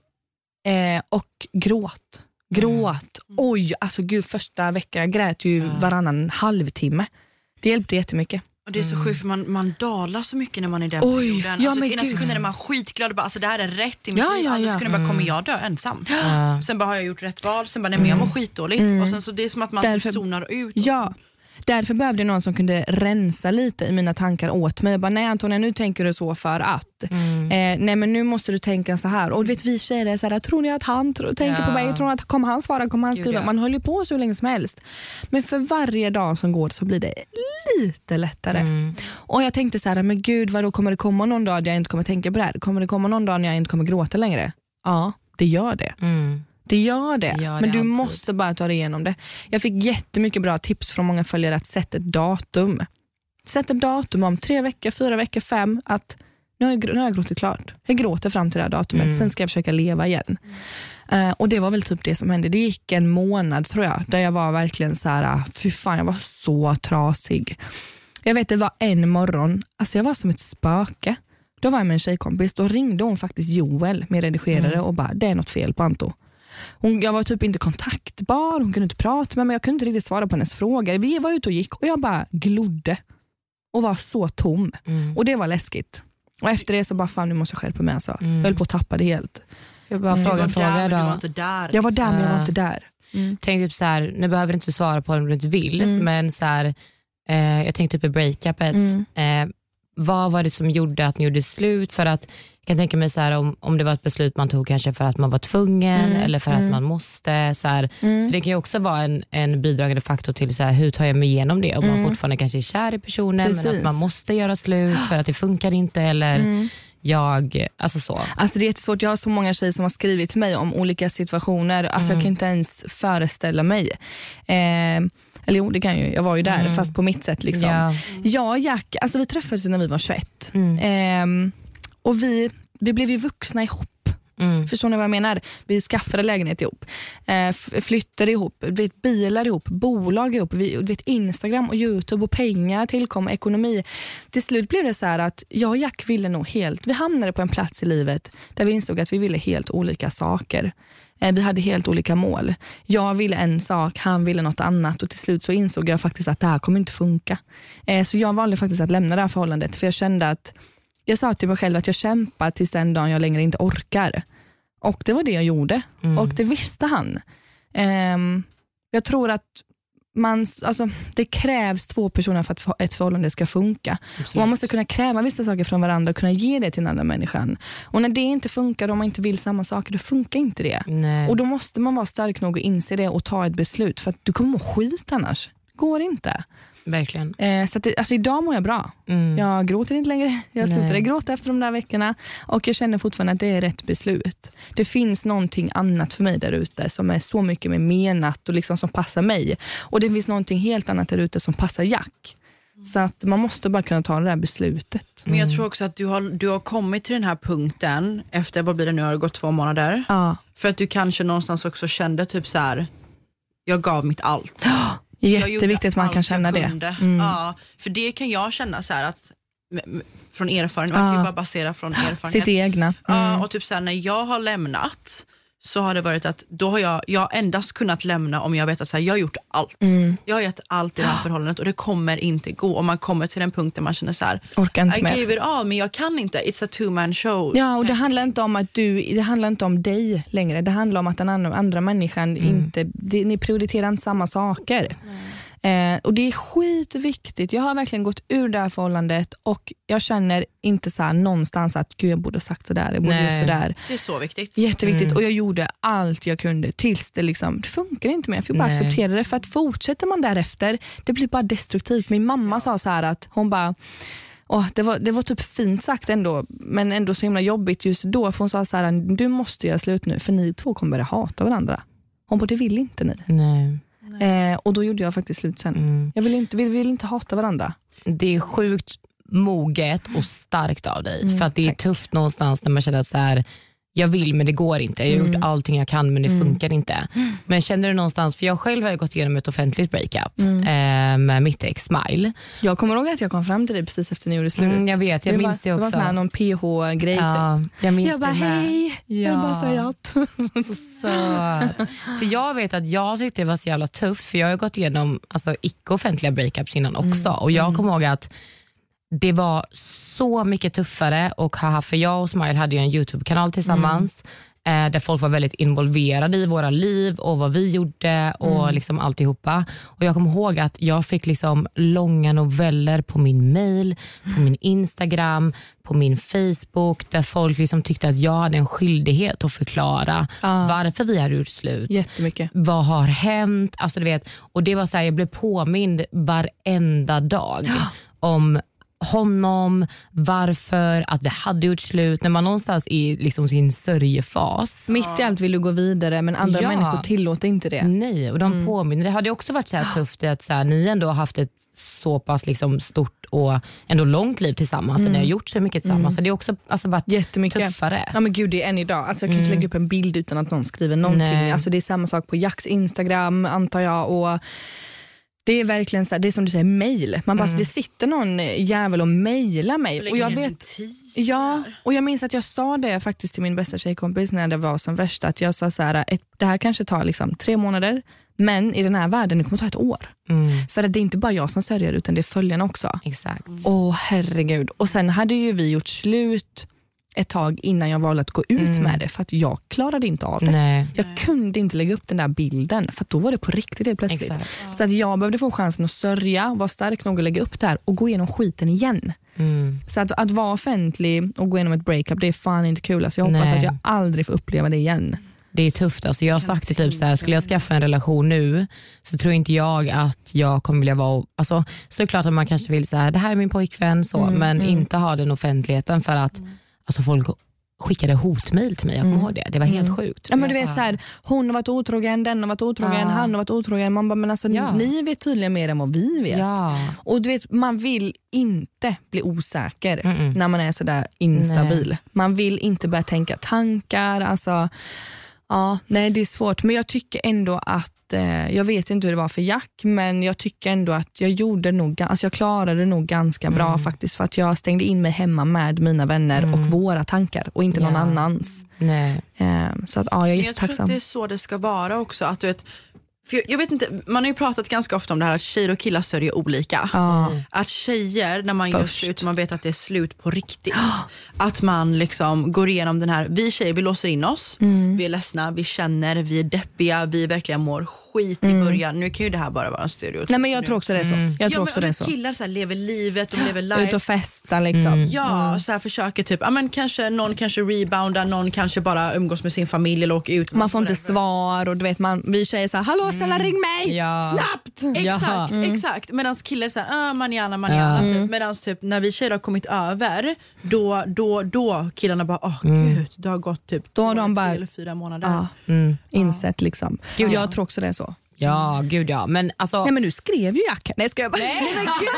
eh, och gråt. Gråt. Oj, alltså gud, första veckan jag grät ju Ja. varannan halvtimme. Det hjälpte jättemycket. Och det är så sjukt för man, man dalar så mycket när man är i den Oj, perioden. ja, Alltså, men ena gud. sekunden är man skitglad och bara, alltså det här är rätt i mitt Ja, liv. ja, Andra ja. sekunden bara, kommer jag dö ensam? Ja. Sen bara, har jag gjort rätt val? Sen bara, nej men jag mår skitdåligt. Mm. Och sen så det är som att man Därför- typ zonar ut. Ja, därför behövde någon som kunde rensa lite i mina tankar åt mig. Jag bara, nej Antonia, nu tänker du så för att. Mm. Eh, nej men nu måste du tänka så här. Och du vet, vi tjejer är så här, tror ni att han tro, tänker Ja. på mig? Tror ni att kommer han svara? Kommer han Gud, skriva? ja. Man håller ju på så länge som helst. Men för varje dag som går så blir det lite lättare. Mm. Och jag tänkte så här, men gud, vad då kommer det komma någon dag där jag inte kommer tänka på det här? Kommer det komma någon dag när jag inte kommer gråta längre? Ja, det gör det. Mm. Det gör det, Det gör det men du alltid. måste bara ta dig igenom det. Jag fick jättemycket bra tips från många följare att sätta ett datum. Sätt ett datum om tre veckor, fyra veckor, fem. Att nu har jag, gr- nu har jag gråtit klart. Jag gråter fram till det här datumet, Mm. sen ska jag försöka leva igen. Uh, och det var väl typ det som hände. Det gick en månad tror jag, där jag var verkligen så här, fy fan, jag var så trasig. Jag vet, det var en morgon, alltså jag var som ett spöke. Då var jag med en tjejkompis, då ringde hon faktiskt Joel, min redigerare, Mm. och bara, det är något fel på Anto. Hon, jag var typ inte kontaktbar, hon kunde inte prata med mig, jag kunde inte riktigt svara på hennes frågor. Vi var ute och gick och jag bara glodde och var så tom. Mm. Och det var läskigt. Och efter det så bara, fan nu måste jag skärpa mig alltså. Mm. Jag höll på att tappa det helt. Jag bara Mm. fråga en Du var där, fråga men du var då. inte där. Jag var där men jag var Ah. inte där. Tänk typ så här, nu behöver du inte svara på det om du inte vill, Mm. men så här, eh, jag tänkte typ i breakupet, Mm. eh, vad var det som gjorde att ni gjorde slut? För att jag kan tänka mig så här, om, om det var ett beslut man tog kanske för att man var tvungen Mm. eller för Mm. att man måste. Så här, Mm. för det kan ju också vara en, en bidragande faktor till så här, hur tar jag mig igenom det? Om man Mm. fortfarande kanske är kär i personen, men Precis. att man måste göra slut för att det funkar inte. Eller Mm. jag, alltså så. Alltså det är jättesvårt, jag har så många tjejer som har skrivit till mig om olika situationer, alltså mm. jag kan inte ens föreställa mig. Eh, eller jo, det kan ju, jag var ju där mm. fast på mitt sätt liksom. Ja, ja Jack, alltså vi träffades när vi var tjugoett mm. eh, och vi, vi blev ju vuxna ihop. Mm. Förstår ni vad jag menar? Vi skaffade lägenhet ihop, eh, flyttade ihop, vet, bilar ihop, bolag ihop, vi, vet, Instagram och YouTube och pengar tillkom, ekonomi. Till slut blev det så här att jag och Jack ville nog helt, vi hamnade på en plats i livet där vi insåg att vi ville helt olika saker. Eh, vi hade helt olika mål. Jag ville en sak, han ville något annat, och till slut så insåg jag faktiskt att det här kommer inte funka. Eh, så jag valde faktiskt att lämna det här förhållandet, för jag kände att jag sa till mig själv att jag kämpar tills den dagen jag längre inte orkar. Och det var det jag gjorde. Mm. Och det visste han. Um, jag tror att man, alltså, det krävs två personer för att ett förhållande ska funka. Och man måste kunna kräva vissa saker från varandra och kunna ge det till den andra människan. Och när det inte funkar, om man inte vill samma saker, då funkar inte det. Nej. Och då måste man vara stark nog att inse det och ta ett beslut. För att du kommer må skit annars. Går inte. Verkligen. Eh, så att det, alltså idag mår jag bra. Mm. Jag gråter inte längre. Jag slutade gråta efter de där veckorna. Och jag känner fortfarande att det är rätt beslut. Det finns någonting annat för mig där ute som är så mycket mer menat och liksom som passar mig. Och det finns någonting helt annat där ute som passar Jack. Så att man måste bara kunna ta det där beslutet. Men jag tror också att du har, du har kommit till den här punkten efter, vad blir det nu, har det gått två månader? Ja. För att du kanske någonstans också kände typ så här: jag gav mitt allt. Jätteviktigt att man kan känna det. Mm. Ja, för det kan jag känna så här att från erfarenhet, man kan ju bara basera från erfarenhet. Sitt egna. Mm. Ja, och typ så här, när jag har lämnat så har det varit att då har jag, jag har endast kunnat lämna om jag vet att så här, jag har gjort allt. Mm. Jag har gett allt i det här förhållandet och det kommer inte gå. Och man kommer till den punkten man känner så här: orkar inte I gave it all, men jag kan inte. It's a two-man show. Ja, och det handlar inte om att du, det handlar inte om dig längre. Det handlar om att den andra, andra människan mm. inte, det, ni prioriterar inte samma saker. Mm. Eh, och det är skitviktigt. Jag har verkligen gått ur det här förhållandet och jag känner inte så här någonstans att gud, jag borde ha sagt sådär, jag borde gjort sådär. Det är så viktigt. Jätteviktigt. Mm. Och jag gjorde allt jag kunde tills det liksom, det funkar inte mer. Jag fick bara Nej. acceptera det, för att fortsätter man därefter, det blir bara destruktivt. Min mamma sa så här att hon bara, åh, det, var, det var typ fint sagt ändå, men ändå så himla jobbigt just då, för hon sa så här: du måste göra slut nu, för ni två kommer börja hata varandra. Hon bara, det vill inte ni. Nej. Eh, och då gjorde jag faktiskt slut sen. Mm. Jag vill inte, vill, vill inte hata varandra. Det är sjukt moget och starkt av dig. Mm, för att det är tack. tufft någonstans när man känner att så här, jag vill men det går inte. Jag har mm. gjort allting jag kan men det mm. funkar inte. Men känner du någonstans, för jag själv har gått igenom ett offentligt breakup mm. eh, med mitt ex Smile. Jag kommer ihåg att jag kom fram till dig precis efter ni gjorde slut. Mm, jag vet, jag det minns var, det också. Det var sån någon P H-grej ja, typ. Jag minns jag bara, det med. hej, ja. jag vill bara säga att. Så söt. För jag vet att jag tyckte det var så jävla tufft, för jag har gått igenom alltså, icke-offentliga breakups innan också. Mm. Och jag kommer ihåg att det var så mycket tuffare, och haha, för jag och Smile hade ju en YouTube-kanal tillsammans mm. eh, där folk var väldigt involverade i våra liv och vad vi gjorde och mm. liksom alltihopa. Och jag kommer ihåg att jag fick liksom långa noveller på min mail, på min Instagram, på min Facebook, där folk liksom tyckte att jag hade en skyldighet att förklara ah. varför vi hade gjort slut. Jättemycket. Vad har hänt? Alltså du vet, och det var så här, jag blev påmind varenda dag ja. om honom, varför, att vi hade gjort slut, när man någonstans i liksom sin sörjefas. Mitt i allt vill du gå vidare, men andra ja. människor tillåter inte det. Nej, och de mm. påminner. Det hade också varit så här tufft att så här, ni ändå har haft ett så pass liksom stort och ändå långt liv tillsammans, mm. för ni har gjort så mycket tillsammans. Mm. Det är också alltså, varit jättemycket tuffare. Ja men gud, det är än idag. Alltså, jag kan inte mm. lägga upp en bild utan att någon skriver någonting. Alltså, det är samma sak på Jacks Instagram, antar jag, och det är verkligen så här, det är som du säger, mejl. Man bara, mm. det sitter någon jävel och mejlar mig. Och jag vet, ja, och jag minns att jag sa det faktiskt till min bästa tjejkompis när det var som värst, att jag sa så här, ett, det här kanske tar liksom tre månader, men i den här världen det kommer ta ett år. Mm. För att det är inte bara jag som sörjer, utan det är följarna också. Exakt. Åh herregud. Och sen hade ju vi gjort slut ett tag innan jag valde att gå ut mm. med det, för att jag klarade inte av det. Nej. Jag kunde inte lägga upp den där bilden, för att då var det på riktigt helt plötsligt. Exakt. Så att jag behövde få chansen att sörja, vara stark nog att lägga upp det här och gå igenom skiten igen. Mm. Så att, att vara offentlig och gå igenom ett breakup, det är fan inte kul. Alltså jag hoppas Nej. att jag aldrig får uppleva det igen. Det är tufft. Alltså jag har sagt det typ så här, skulle jag skaffa en relation nu så tror inte jag att jag kommer vilja vara, alltså så är det klart att man kanske vill så här, det här är min pojkvän så, mm, men mm. inte ha den offentligheten, för att mm. alltså folk skickade hotmail till mig, jag kommer mm. ihåg det. Det var helt mm. sjukt. Ja, men du vet så här, hon har varit otrogen, den har varit otrogen, ja. han har varit otrogen. Man bara, men alltså ja. ni vet tydligen mer än vad vi vet. Ja. Och du vet, man vill inte bli osäker Mm-mm. när man är så där instabil. Nej. Man vill inte börja tänka tankar, alltså ja, nej det är svårt. Men jag tycker ändå att eh, jag vet inte hur det var för Jack, men jag tycker ändå att jag gjorde nog, alltså jag klarade nog ganska mm. bra faktiskt, för att jag stängde in mig hemma med mina vänner mm. och våra tankar och inte ja. någon annans. Nej. Eh, så att ja, jag är jättetacksam. Jag tror att det är så det ska vara också, att du vet, för jag, jag vet inte, man har ju pratat ganska ofta om det här att tjejer och killar sörjer olika. Mm. Att tjejer, när man Först. gör slut, man vet att det är slut på riktigt. Att man liksom går igenom den här, vi tjejer, vi låser in oss. Mm. Vi är ledsna, vi känner, vi är deppiga, vi verkligen mår skit mm. i början. Nu kan ju det här bara vara en stereotyp. Nej, men jag tror också det är så. Jag ja, tror också men, det är så. Killar så här, lever livet, de lever life. Ut och festa liksom. Mm. Ja, så här försöker typ, ja men kanske någon kanske reboundar, någon kanske bara umgås med sin familj eller åker ut. Man får inte svar och du vet, man, vi tjejer så här, hallå snälla mm. ring mig, ja. snabbt. Exakt, mm. exakt. Medans killar så här, äh, manjana, manjana. Ja. Typ. Medans typ, när vi tjejer har kommit över, då, då, då killarna bara, åh oh, mm. gud, det har gått typ då har två, de bara, tre eller fyra månader. Ja, mm. insett liksom. Gud, jag tror också det är så. Ja, gud ja. Men alltså... Nej, men du skrev ju Jack. Nej, ska jag bara... Nej, men gud!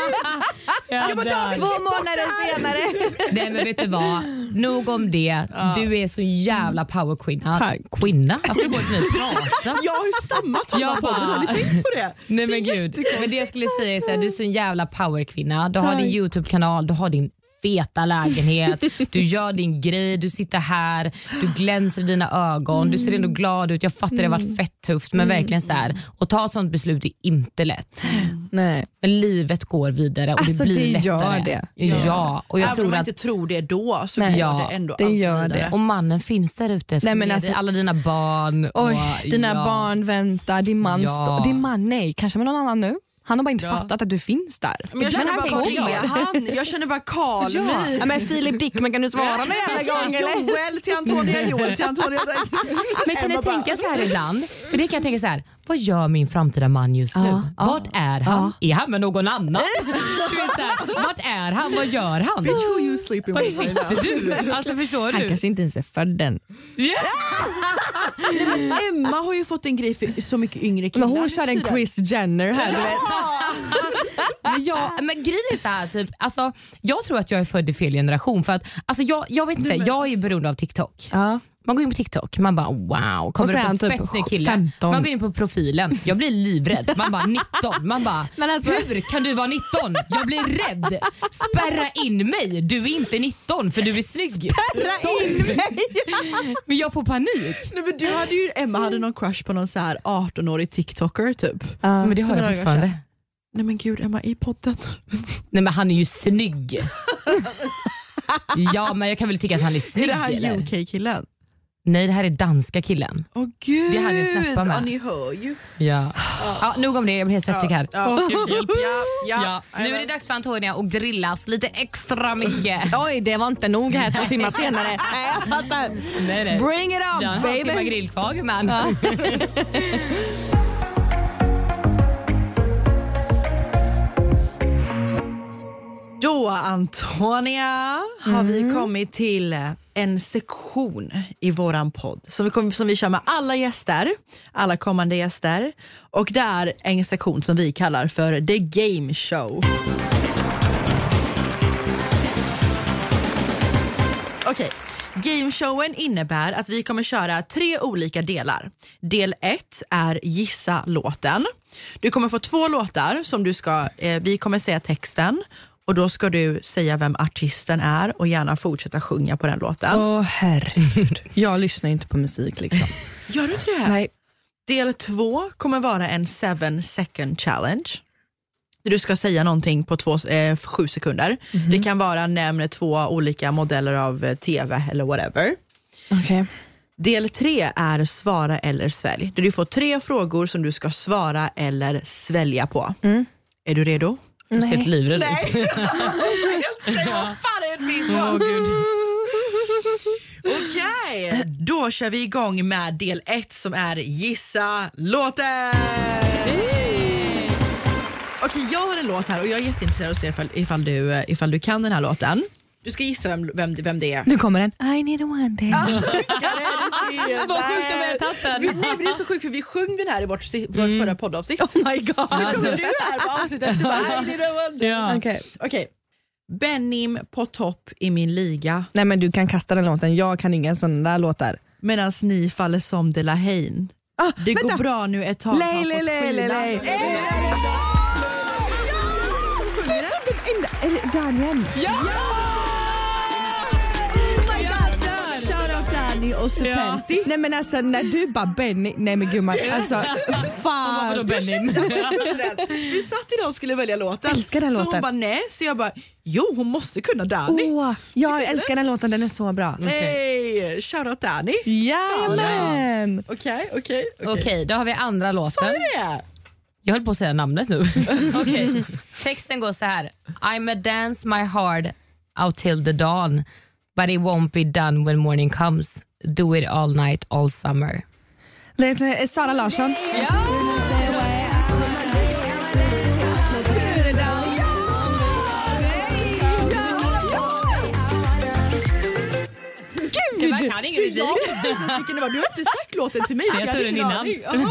Jag bara, två månader senare. Nej, men vet du vad? Nog om det. Ja. Du är så jävla powerkvinna. Tack. Kvinna? Alltså, du går inte och prata. Jag har ju stammat hela podden. Har ni tänkt på det? Nej, men gud. Men det jag skulle säga är så här, du är så en jävla powerkvinna. Du har din YouTube-kanal, du har din feta lägenhet, du gör din grej, du sitter här, du glänser i dina ögon, mm. du ser ändå glad ut. Jag fattar mm. det har varit fett tufft, men mm. verkligen så här, och ta ett sånt beslut är inte lätt. Mm. Nej. Men livet går vidare och alltså, det blir det lättare. Gör det. Ja. ja, och jag Även tror om man att inte tror det då, så Nej. gör ja, det ändå det allt gör vidare. det. Och mannen finns där ute. Nej, men alltså, alla dina barn. Och, oj, dina ja. barn väntar, din man ja. stå, din man nej, kanske med någon annan nu. Han har bara inte ja. fattat att du finns där. Men jag, känner bara, vad är han? jag känner bara Carl. Ja. Ja, men Filip Dickman, kan du svara någon jävla gång? Eller? Joel till Antonia, Joel till Antonia. Men kan jag tänka så här ibland? För det kan jag tänka så här. Vad gör min framtida man just nu? Ja. Vart är han? Ja. Är han med någon annan? Så här, vart är han? Vad gör han? Bitch, who you sleeping with right now? Du? Alltså, förstår han du? kanske inte ens är född än. Yeah. Nej, men Emma har ju fått en grej för så mycket yngre killar. Men hon kör en Kris Jenner här, du vet. Men, jag, men grejen är så här, typ, alltså, jag tror att jag är född i fel generation. För att, alltså, jag, jag vet inte, jag är ju beroende av TikTok. Ja. Man går in på TikTok, man bara wow, kommer det på typ fett snygg kille. femton. Man går in på profilen, jag blir livrädd. Man bara nitton, man bara alltså, hur kan du vara nitton? Jag blir rädd. Spärra in mig, du är inte nitton för du är snygg. Spärra in mig. Men jag får panik. Nej, men du hade ju, Emma hade någon crush på någon så här arton-årig TikToker typ. Uh, men det har jag fortfarande. Nej men gud, Emma i podden. Nej, men han är ju snygg. Ja, men jag kan väl tycka att han är snygg. Är det här eller? U K-killen? Nej, det här är danska killen. Åh gud, det hade jag snappat med. Ja, ni hör ju. Ja. Ja, nog om det, jag blir helt svettig här. Ja, ja. Gud, hjälp. Ja, ja. Ja. Nu är det dags för Antonia att grillas lite extra mycket. Oj, det var inte nog här två timmar senare. Nej, jag fattar. Nej, nej. Bring it on, ja, baby. Jag har grillkvar, man. Ja. Då, Antonia, har mm. vi kommit till en sektion i våran podd som vi, kommer, som vi kör med alla gäster, alla kommande gäster. Och det är en sektion som vi kallar för The Game Show. Okej, gameshowen innebär att vi kommer köra tre olika delar. Del ett är gissa låten. Du kommer få två låtar som du ska, eh, vi kommer säga texten. Och då ska du säga vem artisten är och gärna fortsätta sjunga på den låten. Åh oh, herregud. Jag lyssnar inte på musik liksom. Gör du inte det? Nej. Del två kommer vara en seven second challenge. Du ska säga någonting på två, eh, sju sekunder. Mm-hmm. Det kan vara nämn två olika modeller av eh, tv eller whatever. Okay. Del tre är svara eller svälj. Du får tre frågor som du ska svara eller svälja på. Mm. Är du redo? Du ser ett livrädd ut. Nej. Vad fan är min oh, Gud. Okej, okay. Då kör vi igång med del ett som är gissa låten. Hey. Okej, okay, jag har en låt här och jag är jätteintresserad av att se ifall, ifall, du, ifall du kan den här låten. Du ska gissa vem, vem, vem det är. Nu kommer den. I need a one day. Vad sjukt att vi har tagit den. Vi, nej, men det är så sjukt för vi sjöng den här i vårt, vårt mm. förra poddavsnitt. Oh my god. Så kommer du här på avsnitt efter I need a one day. Ja. Okej. Okay. Okay. Benim på topp i min liga. Nej men du kan kasta den låten. Jag kan inga sådana där låtar. Medan ni faller som de la Haine. Ah, det vänta. går bra nu ett tag. Lej, lej, lej, lej, lej. Är det Daniel? Ja! Och Supenti. Ja. Nej men alltså när du bara Benny. Nej men gumman alltså fan. Vadå Benny? Vi satt idag och skulle välja låten. Jag älskar den så låten. Så hon bara nej. Så jag bara jo hon måste kunna Danny. Oh, jag älskar den låten, den är så bra. Hey, shoutout Danny. Jajamän. Okej, okej. Okej, då har vi andra låten. Så är det. Jag höll på att säga namnet nu. Okej. Texten går så här. I'm a dance my heart out till the dawn. But it won't be done when morning comes. Do it all night, all summer. Det är Sara Larsson. Ja! Det var kan ingen musik. Du har inte sagt låten till mig. Jag tog den innan.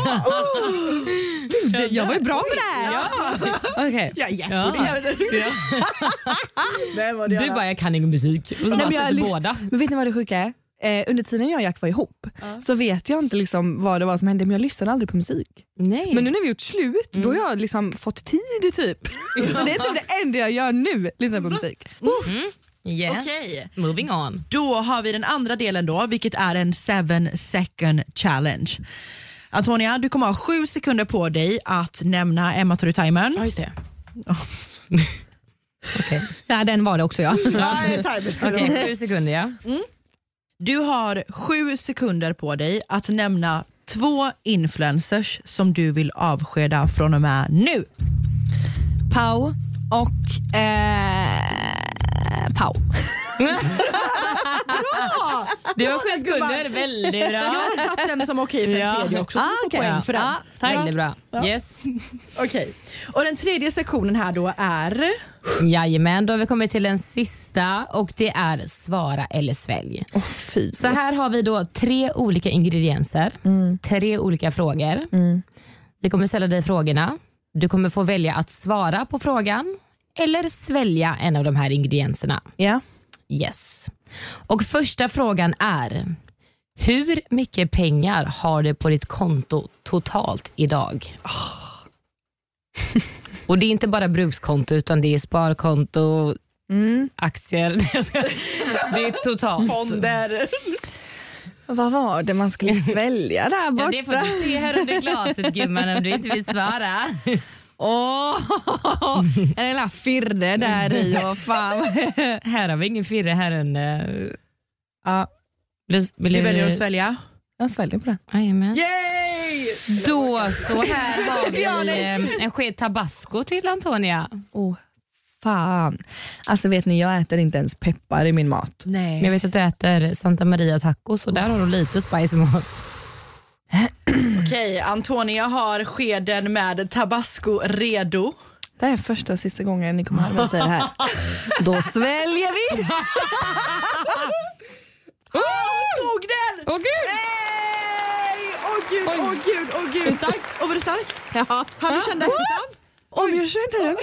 Gud, jag var ju bra på det här. Ja. Okej. Okay. Ja, ja. Ja. Nej, vad det du bara, jag kan ingen musik. Och så Nej, bara men, jag båda. men vet ni vad det sjuka är? Eh, under tiden jag och Jack var ihop uh. så vet jag inte liksom vad det var som hände, men jag lyssnade aldrig på musik. Nej. Men nu när vi gjort slut mm. då har jag liksom fått tid typ. Så det är typ det enda jag gör nu, lyssna på musik. Mm. Yes. Okay. Moving on. Då har vi den andra delen då, vilket är en seven second challenge. Antonia, du kommer ha sju sekunder på dig att nämna. Emma, tar du timern? Ja, just det. Oh. Okay. Ja, den var det också, ja. Nej, Okej, okay, sju sekunder, ja. Mm. Du har sju sekunder på dig att nämna två influencers som du vill avskeda från och med nu. Pau och eh, Pau. Bra! Det var sju sekunder, väldigt bra. Jag har tagit den som okej för en ja. tredje också, så ah, du får okay. poäng för den. Ja, tack. Väldigt bra. Ja. Yes. Okej. Okay. Och den tredje sektionen här då är... Jajamän, då har vi kommit till den sista och det är svara eller svälj. Oh, fy. Så här har vi då tre olika ingredienser, mm. tre olika frågor. Mm. Vi kommer ställa dig frågorna. Du kommer få välja att svara på frågan eller svälja en av de här ingredienserna. Ja. Yes. Och första frågan är: hur mycket pengar har du på ditt konto totalt idag? Oh. Och det är inte bara brukskonto utan det är sparkonto, mm. aktier. Det är totalt. Fonder. Vad var det man skulle svälja där borta? Ja, det får du se här under glaset, gumman, om du inte vill svara. Åh, oh, en lilla firre där i och fan. Här har vi ingen firre här under. Ja. Vill du, du väljer att svälja? Jag sväljer på det. Jajamän. Yay! Då så här har vi en sked tabasco till Antonia. Åh, oh, fan. Alltså vet ni, jag äter inte ens peppar i min mat. Nej. Men jag vet att du äter Santa Maria tacos och där har du lite spice i mat. Okej, okay, Antonia har skeden med tabasco redo. Det är första och sista gången ni kommer att säga det här. Då sväljer vi. Åh, oh, tog den! Åh oh, gud! Nej! Åh oh, gud, åh oh, gud, åh oh, gud. Är det starkt? Och var det starkt? Ja. Har du känt ettan? Om jag kände den.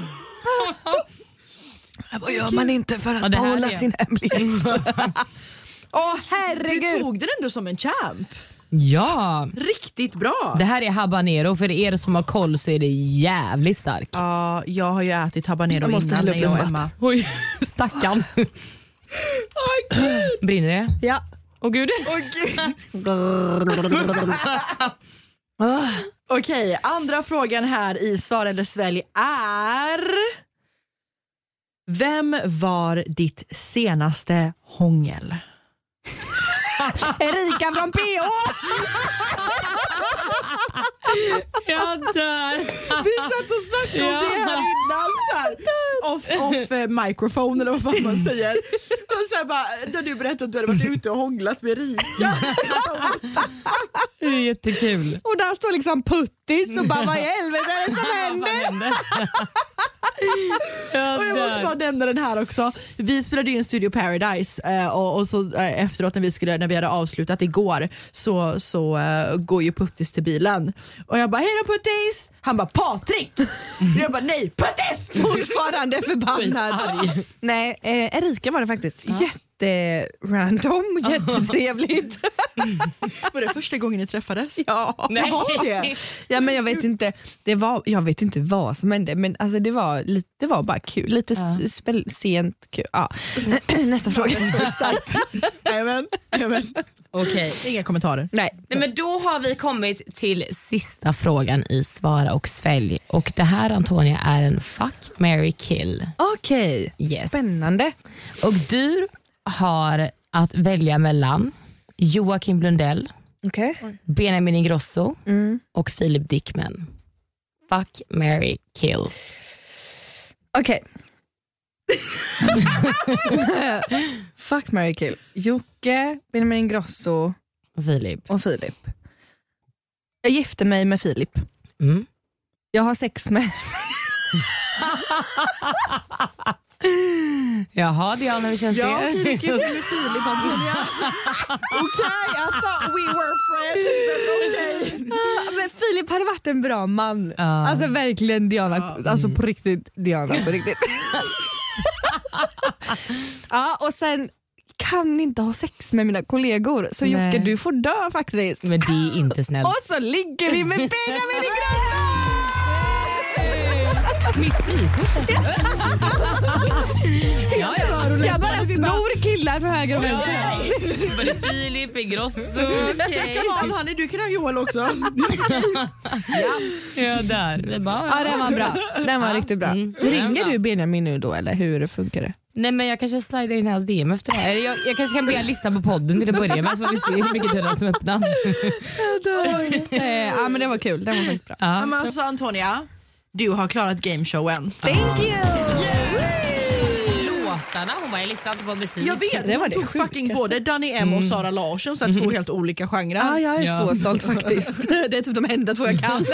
Vad gör man inte för att ja, behålla sin hemlighet? Åh oh, herregud. Du tog den ändå som en champ. Ja. Riktigt bra. Det här är habanero. För er som har koll så är det jävligt starkt. Ja, uh, jag har ju ätit habanero jag innan när jag och Emma. Oj, stackarn. Åh gud. Brinner det? Ja. Åh gud. Åh gud. Okej, okay, andra frågan här i Svar eller svälj är: vem var ditt senaste hångel? Erika från P H. Jag dör. Vi satt och snackade om ja. det här innan så här, off, off eh, microphone eller vad fan man säger. så här bara, när du berättade att du hade varit ute och hånglat med Rika. Det är jättekul. Och där står liksom Puttis och bara, vad i helvete är det som händer? Och jag måste bara nämna den här också. Vi spelade ju en Studio Paradise eh, och, och så eh, efteråt när vi, skulle, när vi hade avslutat igår så, så eh, går ju Puttis till bilen. Och jag bara, hej då Puttis! Han bara, Patrik! Jag bara, nej, Puttis! Fortfarande förbannad. Nej, eh, Erika var det faktiskt. Ja. Jätterandom, jättetrevligt. Var det första gången ni träffades? Ja, nej. Var det? Ja, men jag vet inte. Det var, jag vet inte vad som hände, men alltså det var lite, det var bara kul, lite ja. spel, sent kul. Ja. Nästa fråga. Amen. Amen. Okej. Inga kommentarer. Nej. Nej, men då har vi kommit till sista frågan i Svara och svälj. Och det här, Antonia, är en fuck, marry, kill. Okej, okay. Yes. Spännande. Och du har att välja mellan Joakim Blundell, okay. Benjamin Ingrosso mm. och Philip Dickman. Fuck, marry, kill. Okej. Okay. Fuck, marry, kill. Jocke, Benjamin Ingrosso och Filip. och Filip. Jag gifter mig med Filip. Mm. Jag har sex med Jaha, Diana, hur känns ja, det? Ja, okej, du ska gifta med Filip, Antonia. Okej, I thought we were friends, but okay. uh, Men Filip hade varit en bra man. Uh. Alltså verkligen Diana, uh. alltså på riktigt Diana, på riktigt. Ja, och sen kan inte ha sex med mina kollegor. Så Nej. Jocke, du får dö faktiskt. Men det är inte snällt. Och så ligger vi med Benjamin Ingrosso. Mitt frikort. Ja, ja. Jag bara snor killar för höger och vänster. Var det Filip Ingrosso? Okay. Han, han är, du kan ha Joel också. Ja, ja där. Det bara, ja, den var bra. Den var ja. riktigt bra. Mm. Ringer du Benjamin nu då, eller hur funkar det? Nej, men jag kanske slidar in i hans D M efter det här. Jag, jag kanske kan börja lyssna på podden till att börja med, så vi ser hur mycket dörrar som öppnas. Ja, men det var kul. Den var faktiskt bra. Ja. Men alltså, Antonia, du har klarat gameshowen. Thank you! Låtarna, hon bara, jag lyssnade inte på musik. Jag vet, det var hon det tog fucking både Danny M och Sara Larsson, så att två helt olika genrer. Ja, jag är ja. så stolt faktiskt. Det är typ de enda två jag kan.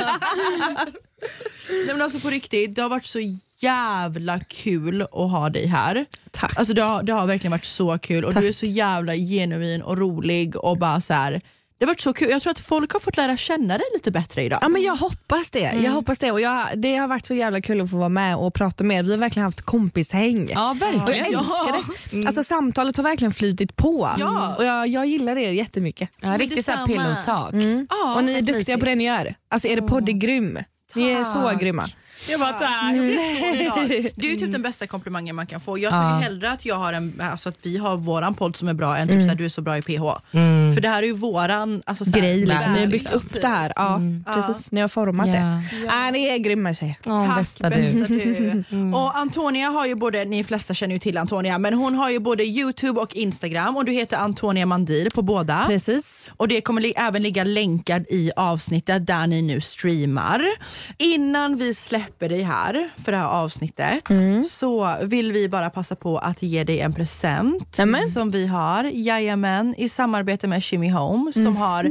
Nej, men alltså på riktigt, det har varit så jävla kul att ha dig här. Tack. Alltså det har, det har verkligen varit så kul. Och Tack. Du är så jävla genuin och rolig och bara så här. Det har varit så kul. Jag tror att folk har fått lära känna dig lite bättre idag. Ja, men jag hoppas det. Mm. Jag hoppas det. Och jag, det har varit så jävla kul att få vara med och prata med er. Vi har verkligen haft kompishäng. Ja, verkligen. Och jag älskar det. Mm. Alltså samtalet har verkligen flytit på. Ja. Och jag, jag gillar det jättemycket. Ja, riktigt så här pillow talk. Mm. Ja, och ni är duktiga på det ni gör. Alltså är det podd är grym. Ni är så grymma. Jag bara tack. Det är ju typ den bästa komplimangen man kan få. Jag tar ju hellre att jag har en, alltså att vi har våran podd som är bra än typ mm. såhär, du är så bra i P H. Mm. För det här är ju våran alltså, såhär, grej liksom. Ni har byggt liksom. upp det här. Ja, mm. precis. Ni har format ja. det. Ja. Äh, ni är grymma tjejer. Ja, tack, bästa, bästa du. du. Mm. Och Antonia har ju både, ni flesta känner ju till Antonia, men hon har ju både YouTube och Instagram och du heter Antonia Mandir på båda. Precis. Och det kommer li- även ligga länkad i avsnittet där ni nu streamar. Innan vi släpper dig här för det här avsnittet mm. så vill vi bara passa på att ge dig en present Amen. som vi har, jajamän, i samarbete med Shimmy Home som mm. har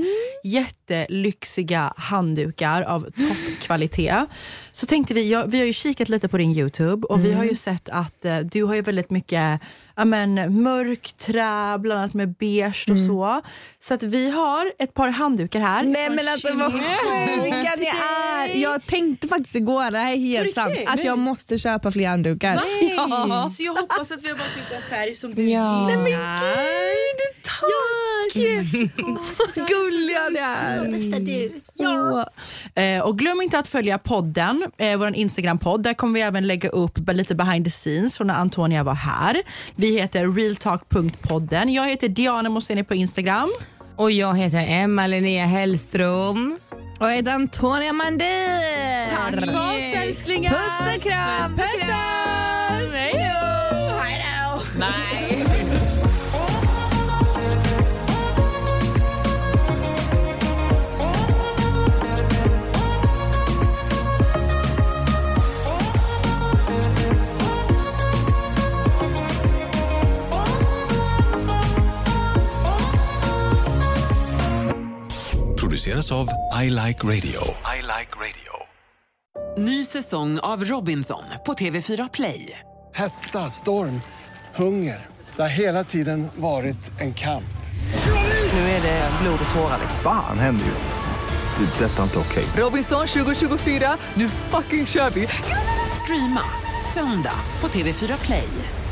jättelyxiga handdukar av toppkvalitet. Så tänkte vi, ja, vi har ju kikat lite på din YouTube och mm. vi har ju sett att eh, du har ju väldigt mycket amen, mörk trä, bland annat med beige och mm. så. Så att vi har ett par handdukar här. Nej men alltså vad sjuka ni är. Jag tänkte faktiskt igår, det här är helt sant, att jag måste köpa fler handdukar. Ja. Så jag hoppas att vi har valt ut en färg som du ja. gillar. Nej men gud, tack! Yes. Gulliga ni är. Bästa du. Ja. Eh, och glöm inte att följa podden, eh, vår Instagram-podd. Där kommer vi även lägga upp lite behind the scenes från när Antonia var här. Vi heter realtalk punkt podden. Jag heter Diana Moseni på Instagram. Och jag heter Emma Linnea Hellström. Och jag heter Antonia Mandir. Tack för oss, älsklingar. Puss och kram. Puss, puss. Hej då. Hej då. Bye. presenteras av I Like Radio. I Like Radio. Ny säsong av Robinson på T V fyra Play. Hetta, storm, hunger. Det har hela tiden varit en kamp. Nu är det blod och tårar. Fan händer just det. Det är detta inte okej. Robinson tjugo tjugofyra, nu fucking kör vi. Streama söndag på T V fyra Play.